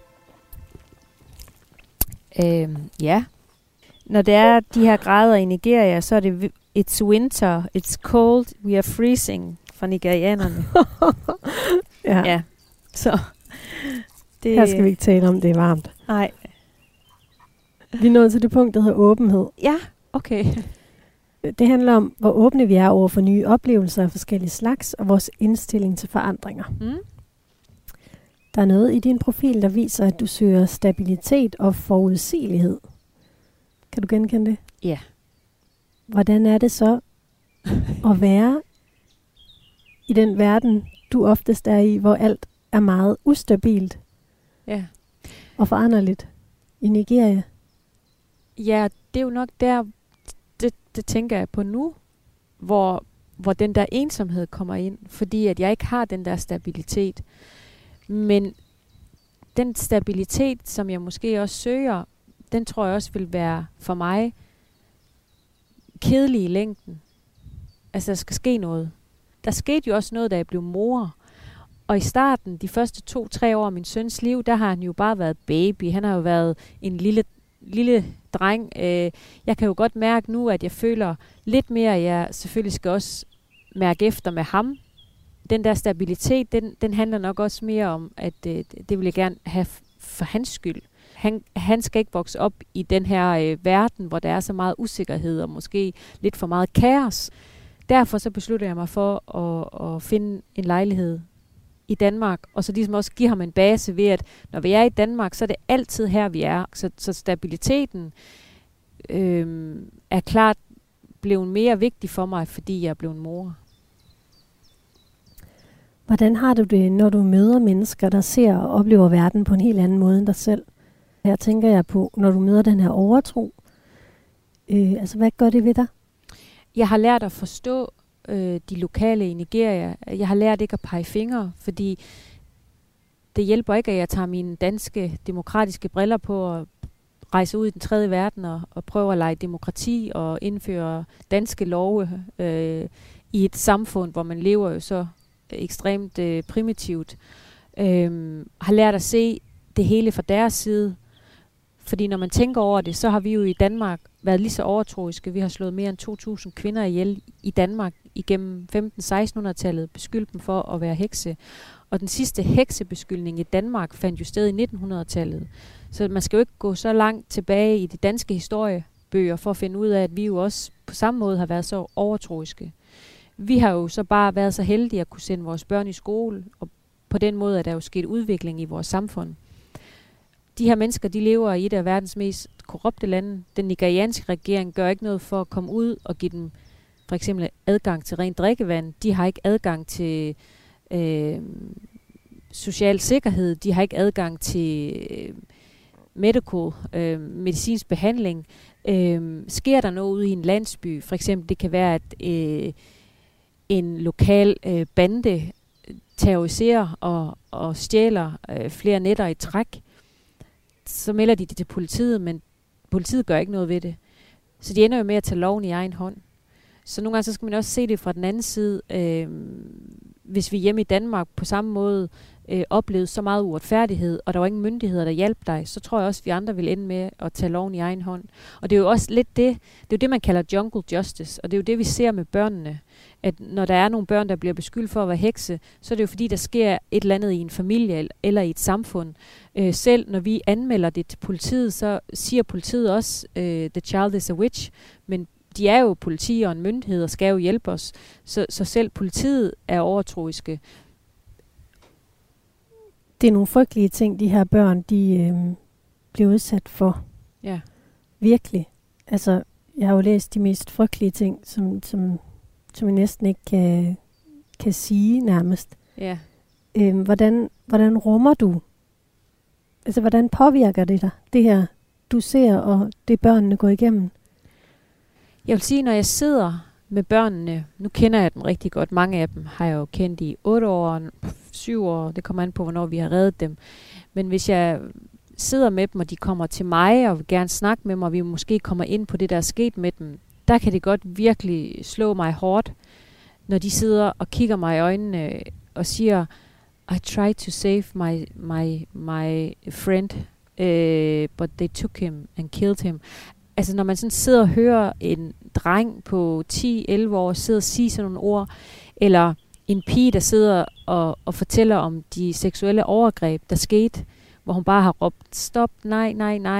Ja. Når det er de her grader i Nigeria, så er det it's winter, it's cold, we are freezing fra nigerianerne. Ja. Så det, her skal vi ikke tale om, det er varmt. Nej. Vi er nået til det punkt, der hedder åbenhed. Ja, okay. Det handler om, hvor åbne vi er over for nye oplevelser af forskellige slags, og vores indstilling til forandringer. Der er noget i din profil, der viser, at du søger stabilitet og forudsigelighed. Kan du genkende det? Ja. Hvordan er det så at være i den verden, du oftest er i, hvor alt er meget ustabilt og foranderligt i Nigeria? Ja, det er jo nok der, det tænker jeg på nu, hvor den der ensomhed kommer ind, fordi at jeg ikke har den der stabilitet. Men den stabilitet, som jeg måske også søger, den tror jeg også vil være for mig kedelig i længden. Altså, der skal ske noget. Der skete jo også noget, da jeg blev mor. Og i starten, de første 2-3 år af min søns liv, der har han jo bare været baby. Han har jo været en lille dreng. Jeg kan jo godt mærke nu, at jeg føler lidt mere, at jeg selvfølgelig skal også mærke efter med ham. Den der stabilitet, den handler nok også mere om, at det vil jeg gerne have for hans skyld. Han skal ikke vokse op i den her verden, hvor der er så meget usikkerhed og måske lidt for meget kaos. Derfor så beslutter jeg mig for at finde en lejlighed i Danmark, og så ligesom også give ham en base ved, at når vi er i Danmark, så er det altid her, vi er. Så stabiliteten er klart blevet mere vigtig for mig, fordi jeg er blevet mor. Hvordan har du det, når du møder mennesker, der ser og oplever verden på en helt anden måde end dig selv? Her tænker jeg på, når du møder den her overtro. Hvad gør det ved dig? Jeg har lært at forstå de lokale i Nigeria. Jeg har lært ikke at pege fingre, fordi det hjælper ikke, at jeg tager mine danske demokratiske briller på og rejser ud i den tredje verden og prøver at lege demokrati og indføre danske love i et samfund, hvor man lever jo så ekstremt primitivt. Har lært at se det hele fra deres side. Fordi når man tænker over det, så har vi jo i Danmark været lige så overtroiske. Vi har slået mere end 2.000 kvinder ihjel i Danmark igennem 1500-1600-tallet, beskyldt dem for at være hekse. Og den sidste heksebeskyldning i Danmark fandt jo sted i 1900-tallet. Så man skal jo ikke gå så langt tilbage i de danske historiebøger for at finde ud af, at vi jo også på samme måde har været så overtroiske. Vi har jo så bare været så heldige at kunne sende vores børn i skole, og på den måde er der jo sket udvikling i vores samfund. De her mennesker, de lever i et af verdens mest korrupte lande. Den nigerianske regering gør ikke noget for at komme ud og give dem for eksempel adgang til rent drikkevand. De har ikke adgang til social sikkerhed. De har ikke adgang til medicinsk behandling. Sker der noget ude i en landsby, for eksempel det kan være, at en lokal bande terroriserer og stjæler flere nætter i træk, så melder de det til politiet, men politiet gør ikke noget ved det. Så de ender jo med at tage loven i egen hånd. Så nogle gange så skal man også se det fra den anden side. Hvis vi hjemme i Danmark på samme måde oplevede så meget uretfærdighed, og der var ingen myndigheder, der hjalp dig, så tror jeg også, at vi andre vil ende med at tage loven i egen hånd. Og det er jo også lidt det er jo det, man kalder jungle justice, og det er jo det, vi ser med børnene. At når der er nogle børn, der bliver beskyldt for at være hekse, så er det jo fordi, der sker et eller andet i en familie eller i et samfund. Selv når vi anmelder det til politiet, så siger politiet også, the child is a witch, men de er jo politi og en myndighed og skal jo hjælpe os. Så selv politiet er overtroiske. Det er nogle frygtelige ting, de her børn, de bliver udsat for. Ja. Virkelig. Altså, jeg har jo læst de mest frygtelige ting, som jeg næsten ikke kan sige nærmest. Ja. Hvordan rummer du? Altså, hvordan påvirker det dig, det her, du ser, og det børnene går igennem? Jeg vil sige, når jeg sidder med børnene, nu kender jeg dem rigtig godt. Mange af dem har jeg jo kendt i 8 år, 7 år. Det kommer an på, hvornår vi har reddet dem. Men hvis jeg sidder med dem, og de kommer til mig og vil gerne snakke med mig, og vi måske kommer ind på det, der er sket med dem, der kan det godt virkelig slå mig hårdt, når de sidder og kigger mig i øjnene og siger, I tried to save my friend, but they took him and killed him. Altså når man sådan sidder og hører en dreng på 10-11 år sidder og sige sådan nogle ord, eller en pige, der sidder og fortæller om de seksuelle overgreb, der skete, hvor hun bare har råbt, stop, nej.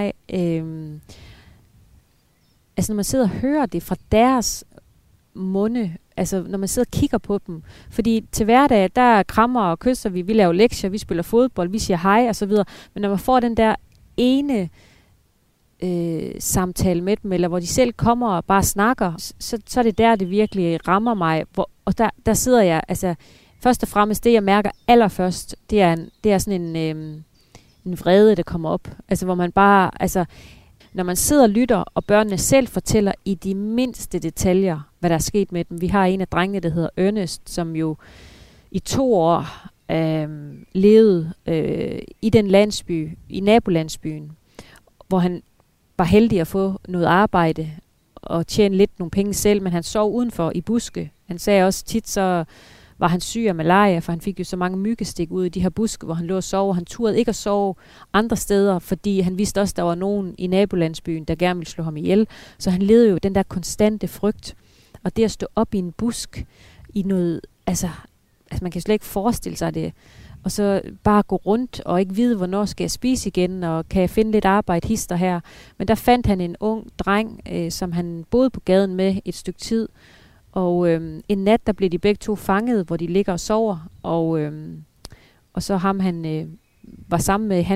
Altså når man sidder og hører det fra deres munde, altså når man sidder og kigger på dem, fordi til hverdag, der krammer og kysser vi laver lektier, vi spiller fodbold, vi siger hej og så videre, men når man får den der ene samtale med dem, eller hvor de selv kommer og bare snakker, så er det der, det virkelig rammer mig, og der sidder jeg, altså først og fremmest det, jeg mærker allerførst, det er sådan en vrede, der kommer op, altså hvor man bare, altså når man sidder og lytter, og børnene selv fortæller i de mindste detaljer, hvad der er sket med dem. Vi har en af drengene, der hedder Ernest, som jo i 2 år levede i den landsby, i nabolandsbyen, hvor han var heldig at få noget arbejde og tjene lidt nogle penge selv, men han sov udenfor i buske. Han sagde også tit, så var han syg af malaria, for han fik jo så mange myggestik ud i de her buske, hvor han lå og sov, og han turde ikke at sove andre steder, fordi han vidste også, at der var nogen i nabolandsbyen, der gerne ville slå ham ihjel. Så han levede jo den der konstante frygt. Og det at stå op i en busk, i noget, altså man kan slet ikke forestille sig det, og så bare gå rundt og ikke vide, hvornår skal jeg spise igen, og kan jeg finde lidt arbejde hister her. Men der fandt han en ung dreng, som han boede på gaden med et stykke tid, og en nat, der blev de begge to fanget, hvor de ligger og sover, og så ham, han var sammen med,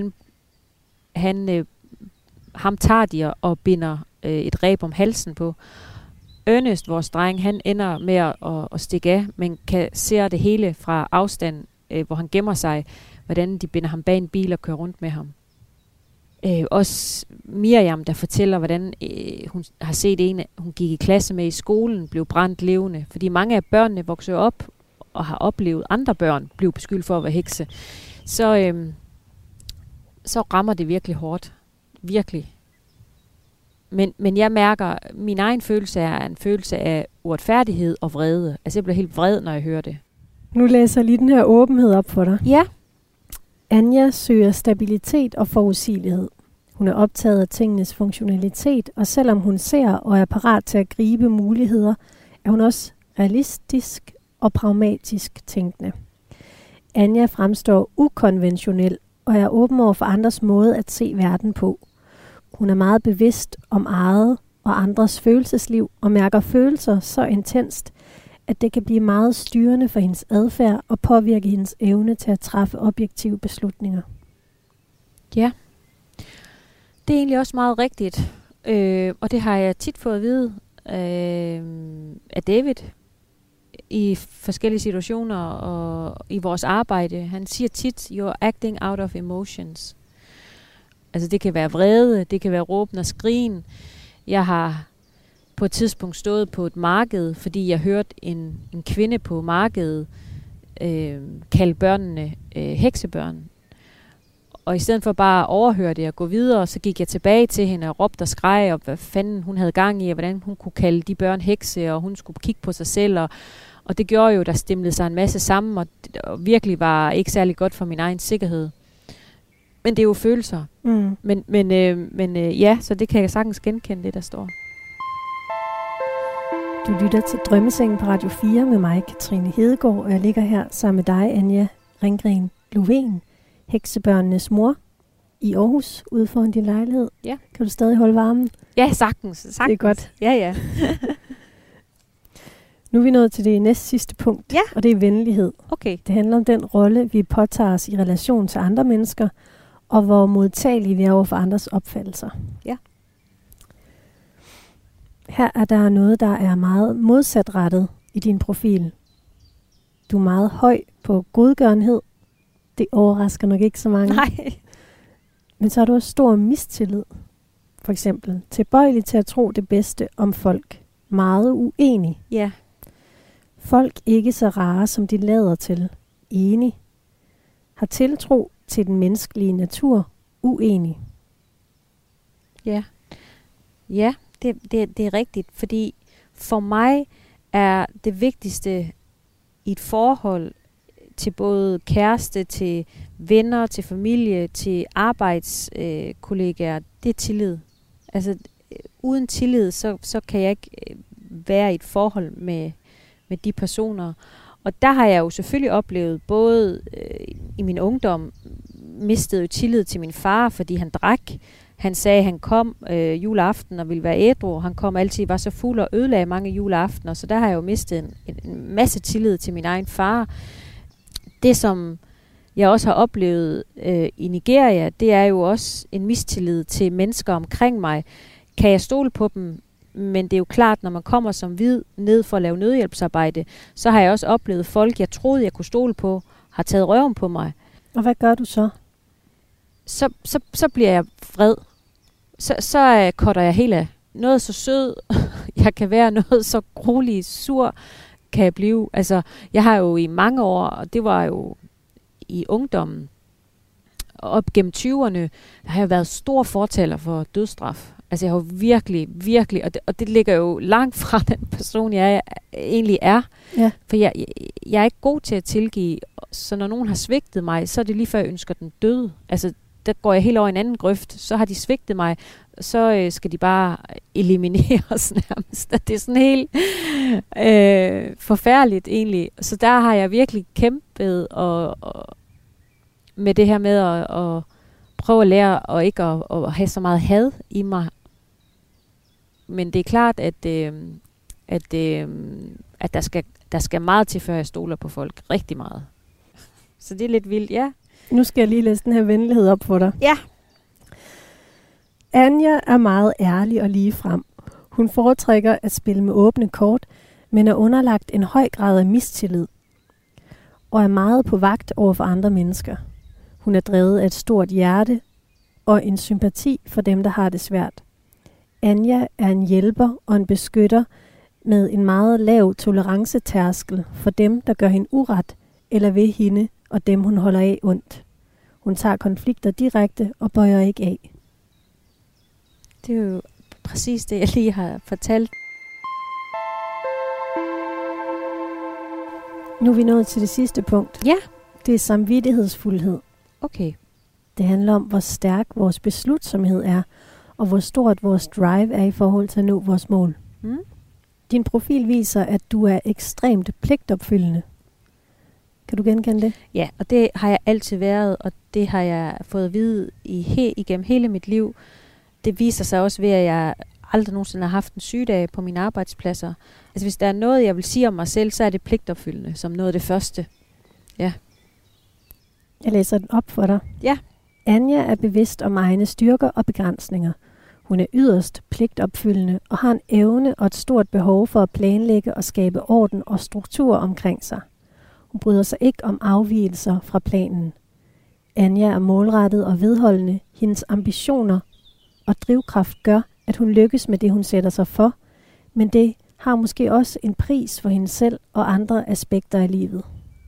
ham tager de og binder et reb om halsen på. Ernest, vores dreng, han ender med at stikke af, men kan se det hele fra afstand, hvor han gemmer sig, hvordan de binder ham bag en bil og kører rundt med ham. Også Miriam, der fortæller, hvordan hun har set en, hun gik i klasse med i skolen, blev brændt levende. Fordi mange af børnene vokser op og har oplevet andre børn blive beskyldt for at være hekse. Så rammer det virkelig hårdt. Virkelig. Men jeg mærker, min egen følelse er en følelse af uretfærdighed og vrede. Altså jeg bliver helt vred, når jeg hører det. Nu læser jeg lige den her åbenhed op for dig. Ja. Anja søger stabilitet og forudsigelighed. Hun er optaget af tingenes funktionalitet, og selvom hun ser og er parat til at gribe muligheder, er hun også realistisk og pragmatisk tænkende. Anja fremstår ukonventionel og er åben over for andres måde at se verden på. Hun er meget bevidst om eget og andres følelsesliv og mærker følelser så intenst, at det kan blive meget styrende for hendes adfærd og påvirke hendes evne til at træffe objektive beslutninger. Ja, det er egentlig også meget rigtigt, og det har jeg tit fået at vide af David i forskellige situationer og i vores arbejde. Han siger tit, you're acting out of emotions. Altså det kan være vrede, det kan være råben og skrigen. Jeg har på et tidspunkt stået på et marked, fordi jeg hørte en kvinde på markedet kalde børnene heksebørn. Og i stedet for bare at overhøre det og gå videre, så gik jeg tilbage til hende og råbte og skreg, og hvad fanden hun havde gang i, og hvordan hun kunne kalde de børn hekse, og hun skulle kigge på sig selv. Og det gjorde jo, der stemlede sig en masse sammen, og virkelig var ikke særlig godt for min egen sikkerhed. Men det er jo følelser. Mm. Men ja, så det kan jeg sagtens genkende, det der står. Du lytter til Drømmesengen på Radio 4 med mig, Katrine Hedegaard, og jeg ligger her sammen med dig, Anja Ringgren Lovén, heksebørnenes mor i Aarhus, ude foran din lejlighed. Ja. Kan du stadig holde varmen? Ja, sagtens. Det er godt. Ja. Nu er vi nået til det næst sidste punkt, og det er venlighed. Okay. Det handler om den rolle, vi påtager os i relation til andre mennesker, og hvor modtagelige vi er over for andres opfattelser. Ja. Her er der noget, der er meget modsatrettet i din profil. Du er meget høj på godgørenhed. Det overrasker nok ikke så mange. Nej. Men så har du også stor mistillid. For eksempel tilbøjelig til at tro det bedste om folk. Meget uenig. Ja. Folk ikke så rare, som de lader til. Enig. Har tiltro til den menneskelige natur. uenig. Ja, det er rigtigt, fordi for mig er det vigtigste i et forhold til både kæreste, til venner, til familie, til arbejdskollegaer, det er tillid. Altså uden tillid, så kan jeg ikke være i et forhold med de personer. Og der har jeg jo selvfølgelig oplevet, både i min ungdom, mistede jo tillid til min far, fordi han drak. Han sagde, at han kom juleaften og ville være ædru. Han kom altid, var så fuld og ødelagde mange juleaftener, så der har jeg jo mistet en masse tillid til min egen far. Det, som jeg også har oplevet i Nigeria, det er jo også en mistillid til mennesker omkring mig. Kan jeg stole på dem? Men det er jo klart, når man kommer som hvid ned for at lave nødhjælpsarbejde, så har jeg også oplevet folk, jeg troede, jeg kunne stole på, har taget røven på mig. Og hvad gør du så? Så bliver jeg vred. Så cutter jeg helt af. Noget så sød, jeg kan være, noget så gruelig, sur, kan jeg blive. Altså, jeg har jo i mange år, og det var jo i ungdommen, op gennem 20'erne, der har jeg været stor fortaler for dødsstraf. Altså, jeg har virkelig, og det ligger jo langt fra den person, jeg egentlig er. Ja. For jeg er ikke god til at tilgive, så når nogen har svigtet mig, så er det lige før jeg ønsker den døde. Altså, der går jeg helt over en anden grøft, så har de svigtet mig, så skal de bare elimineres nærmest. Det er sådan helt forfærdeligt egentlig. Så der har jeg virkelig kæmpet og med det her med at prøve at lære og ikke at have så meget had i mig. Men det er klart, at der skal meget til, før jeg stoler på folk. Rigtig meget. Så det er lidt vildt, ja. Nu skal jeg lige læse den her venlighed op for dig. Ja. Anja er meget ærlig og ligefrem. Hun foretrækker at spille med åbne kort, men er underlagt en høj grad af mistillid og er meget på vagt over for andre mennesker. Hun er drevet af et stort hjerte og en sympati for dem, der har det svært. Anja er en hjælper og en beskytter med en meget lav tolerancetærskel for dem, der gør hende uret eller ved hende og dem, hun holder af ondt. Hun tager konflikter direkte og bøjer ikke af. Det er jo præcis det, jeg lige har fortalt. Nu er vi nået til det sidste punkt. Ja. Det er samvittighedsfuldhed. Okay. Det handler om, hvor stærk vores beslutsomhed er, og hvor stort vores drive er i forhold til at nå vores mål. Mm. Din profil viser, at du er ekstremt pligtopfyldende. Kan du genkende det? Ja, og det har jeg altid været, og det har jeg fået at vide igennem hele mit liv. Det viser sig også ved, at jeg aldrig nogensinde har haft en sygedag på mine arbejdspladser. Altså hvis der er noget, jeg vil sige om mig selv, så er det pligtopfyldende som noget af det første. Ja. Jeg læser den op for dig. Ja. Anja er bevidst om egne styrker og begrænsninger. Hun er yderst pligtopfyldende og har en evne og et stort behov for at planlægge og skabe orden og struktur omkring sig. Hun bryder sig ikke om afvigelser fra planen. Anja er målrettet og vedholdende. Hendes ambitioner og drivkraft gør, at hun lykkes med det, hun sætter sig for, men det har måske også en pris for hende selv og andre aspekter af livet.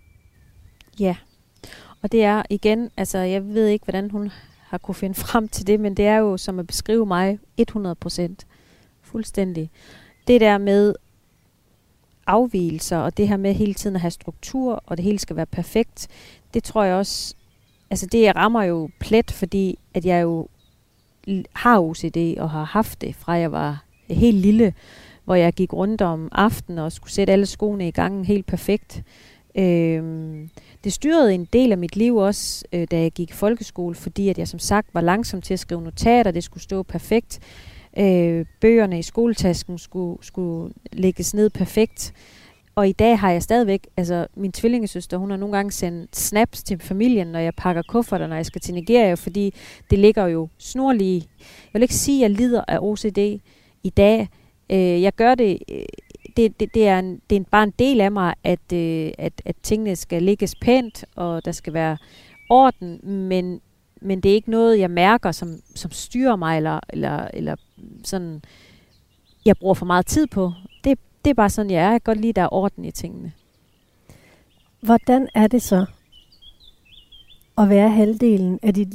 Ja, og det er igen, altså jeg ved ikke, hvordan hun har kunne finde frem til det, men det er jo som at beskrive mig 100%. Fuldstændig. Det der med afvigelser, og det her med hele tiden at have struktur, og det hele skal være perfekt, det tror jeg også, altså det rammer jo plet, fordi at jeg jo har OCD og har haft det, fra jeg var helt lille, hvor jeg gik rundt om aftenen og skulle sætte alle skoene i gang helt perfekt. Det styrede en del af mit liv også, da jeg gik i folkeskole, fordi at jeg som sagt var langsom til at skrive notater, det skulle stå perfekt. Bøgerne i skoletasken skulle lægges ned perfekt. Og i dag har jeg stadigvæk, altså min tvillingesøster, hun har nogle gange sendt snaps til familien, når jeg pakker kufferter, når jeg skal til Nigeria, fordi det ligger jo snorlige. Jeg vil ikke sige, at jeg lider af OCD i dag. Jeg gør det, det er bare en del af mig, at tingene skal ligges pænt, og der skal være orden, men det er ikke noget, jeg mærker, som styrer mig, eller sådan, jeg bruger for meget tid på. Det er bare sådan, jeg er. Jeg kan godt lide, at der er orden i tingene. Hvordan er det så at være halvdelen af dit liv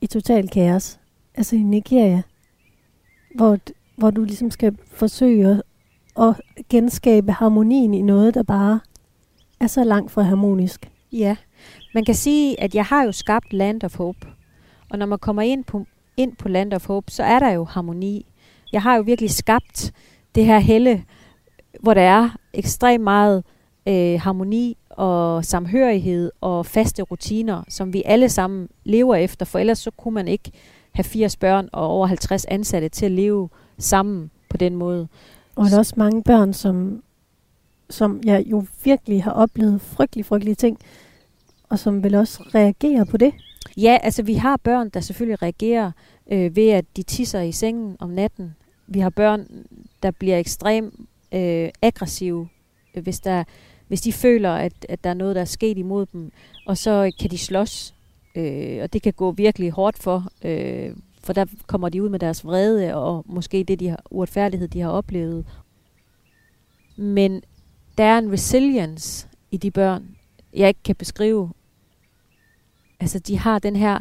i total kaos. Altså i Nigeria, hvor du ligesom skal forsøge at genskabe harmonien i noget, der bare er så langt fra harmonisk. Ja, man kan sige, at jeg har jo skabt Land of Hope. Og når man kommer ind på Land of Hope, så er der jo harmoni. Jeg har jo virkelig skabt det her helle, hvor der er ekstremt meget harmoni og samhørighed og faste rutiner, som vi alle sammen lever efter, for ellers så kunne man ikke have 80 børn og over 50 ansatte til at leve sammen på den måde. Og der er også mange børn, som jeg jo virkelig har oplevet frygtelige ting, og som vil også reagere på det. Ja, altså vi har børn, der selvfølgelig reagerer ved, at de tisser i sengen om natten. Vi har børn, der bliver ekstremt aggressive, hvis de føler, at der er noget, der er sket imod dem. Og så kan de slås, og det kan gå virkelig hårdt for der kommer de ud med deres vrede, og måske det uretfærdighed, de har oplevet. Men der er en resilience i de børn, jeg ikke kan beskrive. Altså, de har den her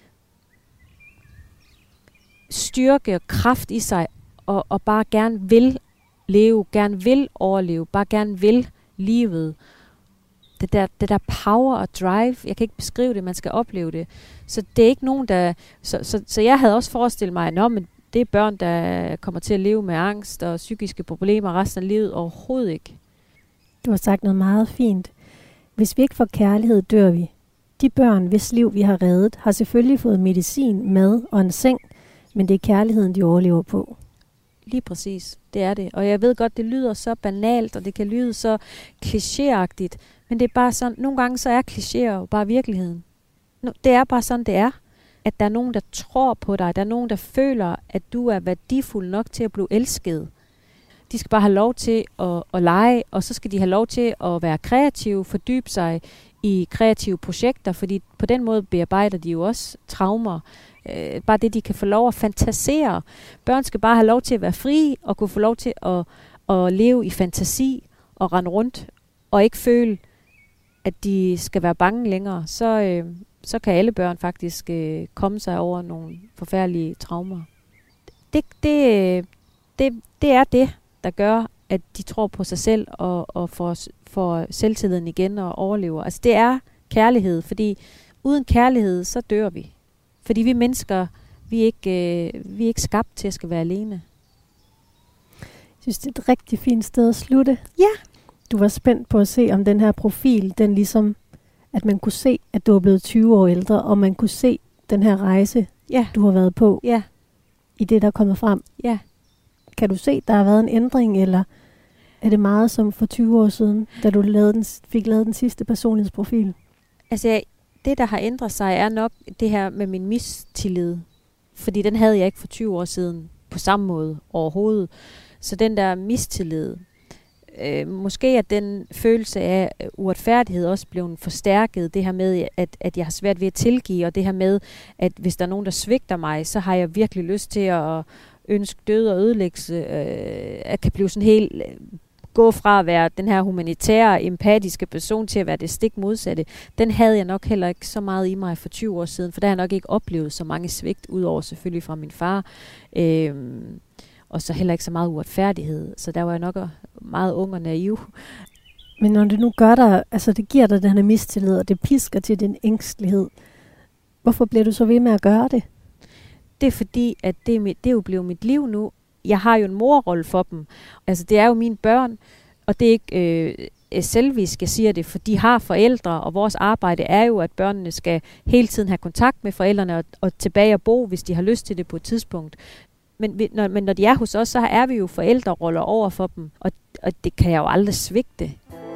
styrke og kraft i sig, og bare gerne vil leve, gerne vil overleve, bare gerne vil livet. Det der power og drive, jeg kan ikke beskrive det, man skal opleve det. Så det er ikke nogen, der... Så jeg havde også forestillet mig, men det er børn, der kommer til at leve med angst og psykiske problemer resten af livet. Overhovedet ikke. Du har sagt noget meget fint. Hvis vi ikke får kærlighed, dør vi. De børn, hvis liv vi har reddet, har selvfølgelig fået medicin, mad og en seng, men det er kærligheden, de overlever på. Lige præcis, det er det. Og jeg ved godt, det lyder så banalt, og det kan lyde så klichéagtigt, men det er bare sådan, nogle gange så er klichéer jo bare virkeligheden. Det er bare sådan, det er. At der er nogen, der tror på dig, der er nogen, der føler, at du er værdifuld nok til at blive elsket. De skal bare have lov til at lege, og så skal de have lov til at være kreative, fordybe sig i kreative projekter, fordi på den måde bearbejder de jo også traumer. Bare det, de kan få lov at fantasere. Børn skal bare have lov til at være frie, og kunne få lov til at leve i fantasi, og rende rundt, og ikke føle, at de skal være bange længere. Så kan alle børn faktisk komme sig over nogle forfærdelige traumer. Det er det, der gør, at de tror på sig selv, og får selvtilliden igen og overlever. Altså det er kærlighed, fordi uden kærlighed, så dør vi. Fordi vi mennesker, vi er ikke skabt til at skal være alene. Jeg synes, det er et rigtig fint sted at slutte. Ja. Du var spændt på at se, om den her profil, den ligesom, at man kunne se, at du er blevet 20 år ældre, og man kunne se den her rejse, du har været på, i det, der er kommet frem. Ja. Kan du se, der har været en ændring, eller er det meget som for 20 år siden, da du fik lavet den sidste personlighedsprofil? Altså, det, der har ændret sig, er nok det her med min mistillid. Fordi den havde jeg ikke for 20 år siden på samme måde overhovedet. Så den der mistillid, måske at den følelse af uretfærdighed også blev forstærket. Det her med, at jeg har svært ved at tilgive, og det her med, at hvis der er nogen, der svigter mig, så har jeg virkelig lyst til at ønske død og ødelæggelse. At kan blive sådan helt... gå fra at være den her humanitære, empatiske person til at være det stik modsatte, den havde jeg nok heller ikke så meget i mig for 20 år siden, for der har jeg nok ikke oplevet så mange svigt, udover selvfølgelig fra min far, og så heller ikke så meget uretfærdighed, så der var jeg nok meget ung og naiv. Men når det nu gør dig, altså det giver dig den her mistillid, og det pisker til din ængstelighed, hvorfor bliver du så ved med at gøre det? Det er fordi, at det er jo blevet mit liv nu. Jeg har jo en morrolle for dem. Altså, det er jo mine børn, og det er ikke selvisk, jeg siger det, for de har forældre, og vores arbejde er jo, at børnene skal hele tiden have kontakt med forældrene og tilbage og bo, hvis de har lyst til det på et tidspunkt. Men når de er hos os, så er vi jo forældreroller over for dem, og det kan jeg jo aldrig svigte.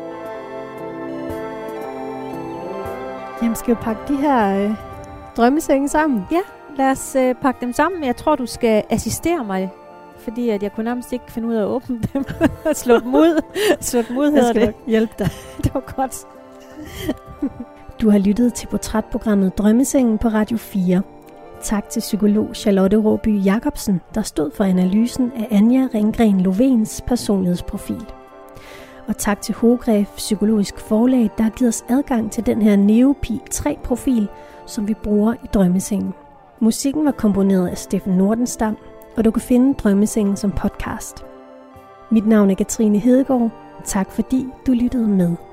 Jamen, skal vi pakke de her drømmesenge sammen? Ja, lad os pakke dem sammen. Jeg tror, du skal assistere mig, fordi at jeg kunne nærmest ikke finde ud af at åbne dem og slå dem ud. Slå dem ud hedder det. Jeg skal hjælpe dig. Det var godt. Du har lyttet til portrætprogrammet Drømmesengen på Radio 4. Tak til psykolog Charlotte Råby Jacobsen, der stod for analysen af Anja Ringgren Lovéns personlighedsprofil. Og tak til Hogref Psykologisk Forlag, der har givet os adgang til den her Neopi 3-profil, som vi bruger i Drømmesengen. Musikken var komponeret af Steffen Nordenstam, og du kan finde Drømmesengen som podcast. Mit navn er Katrine Hedegaard. Tak fordi du lyttede med.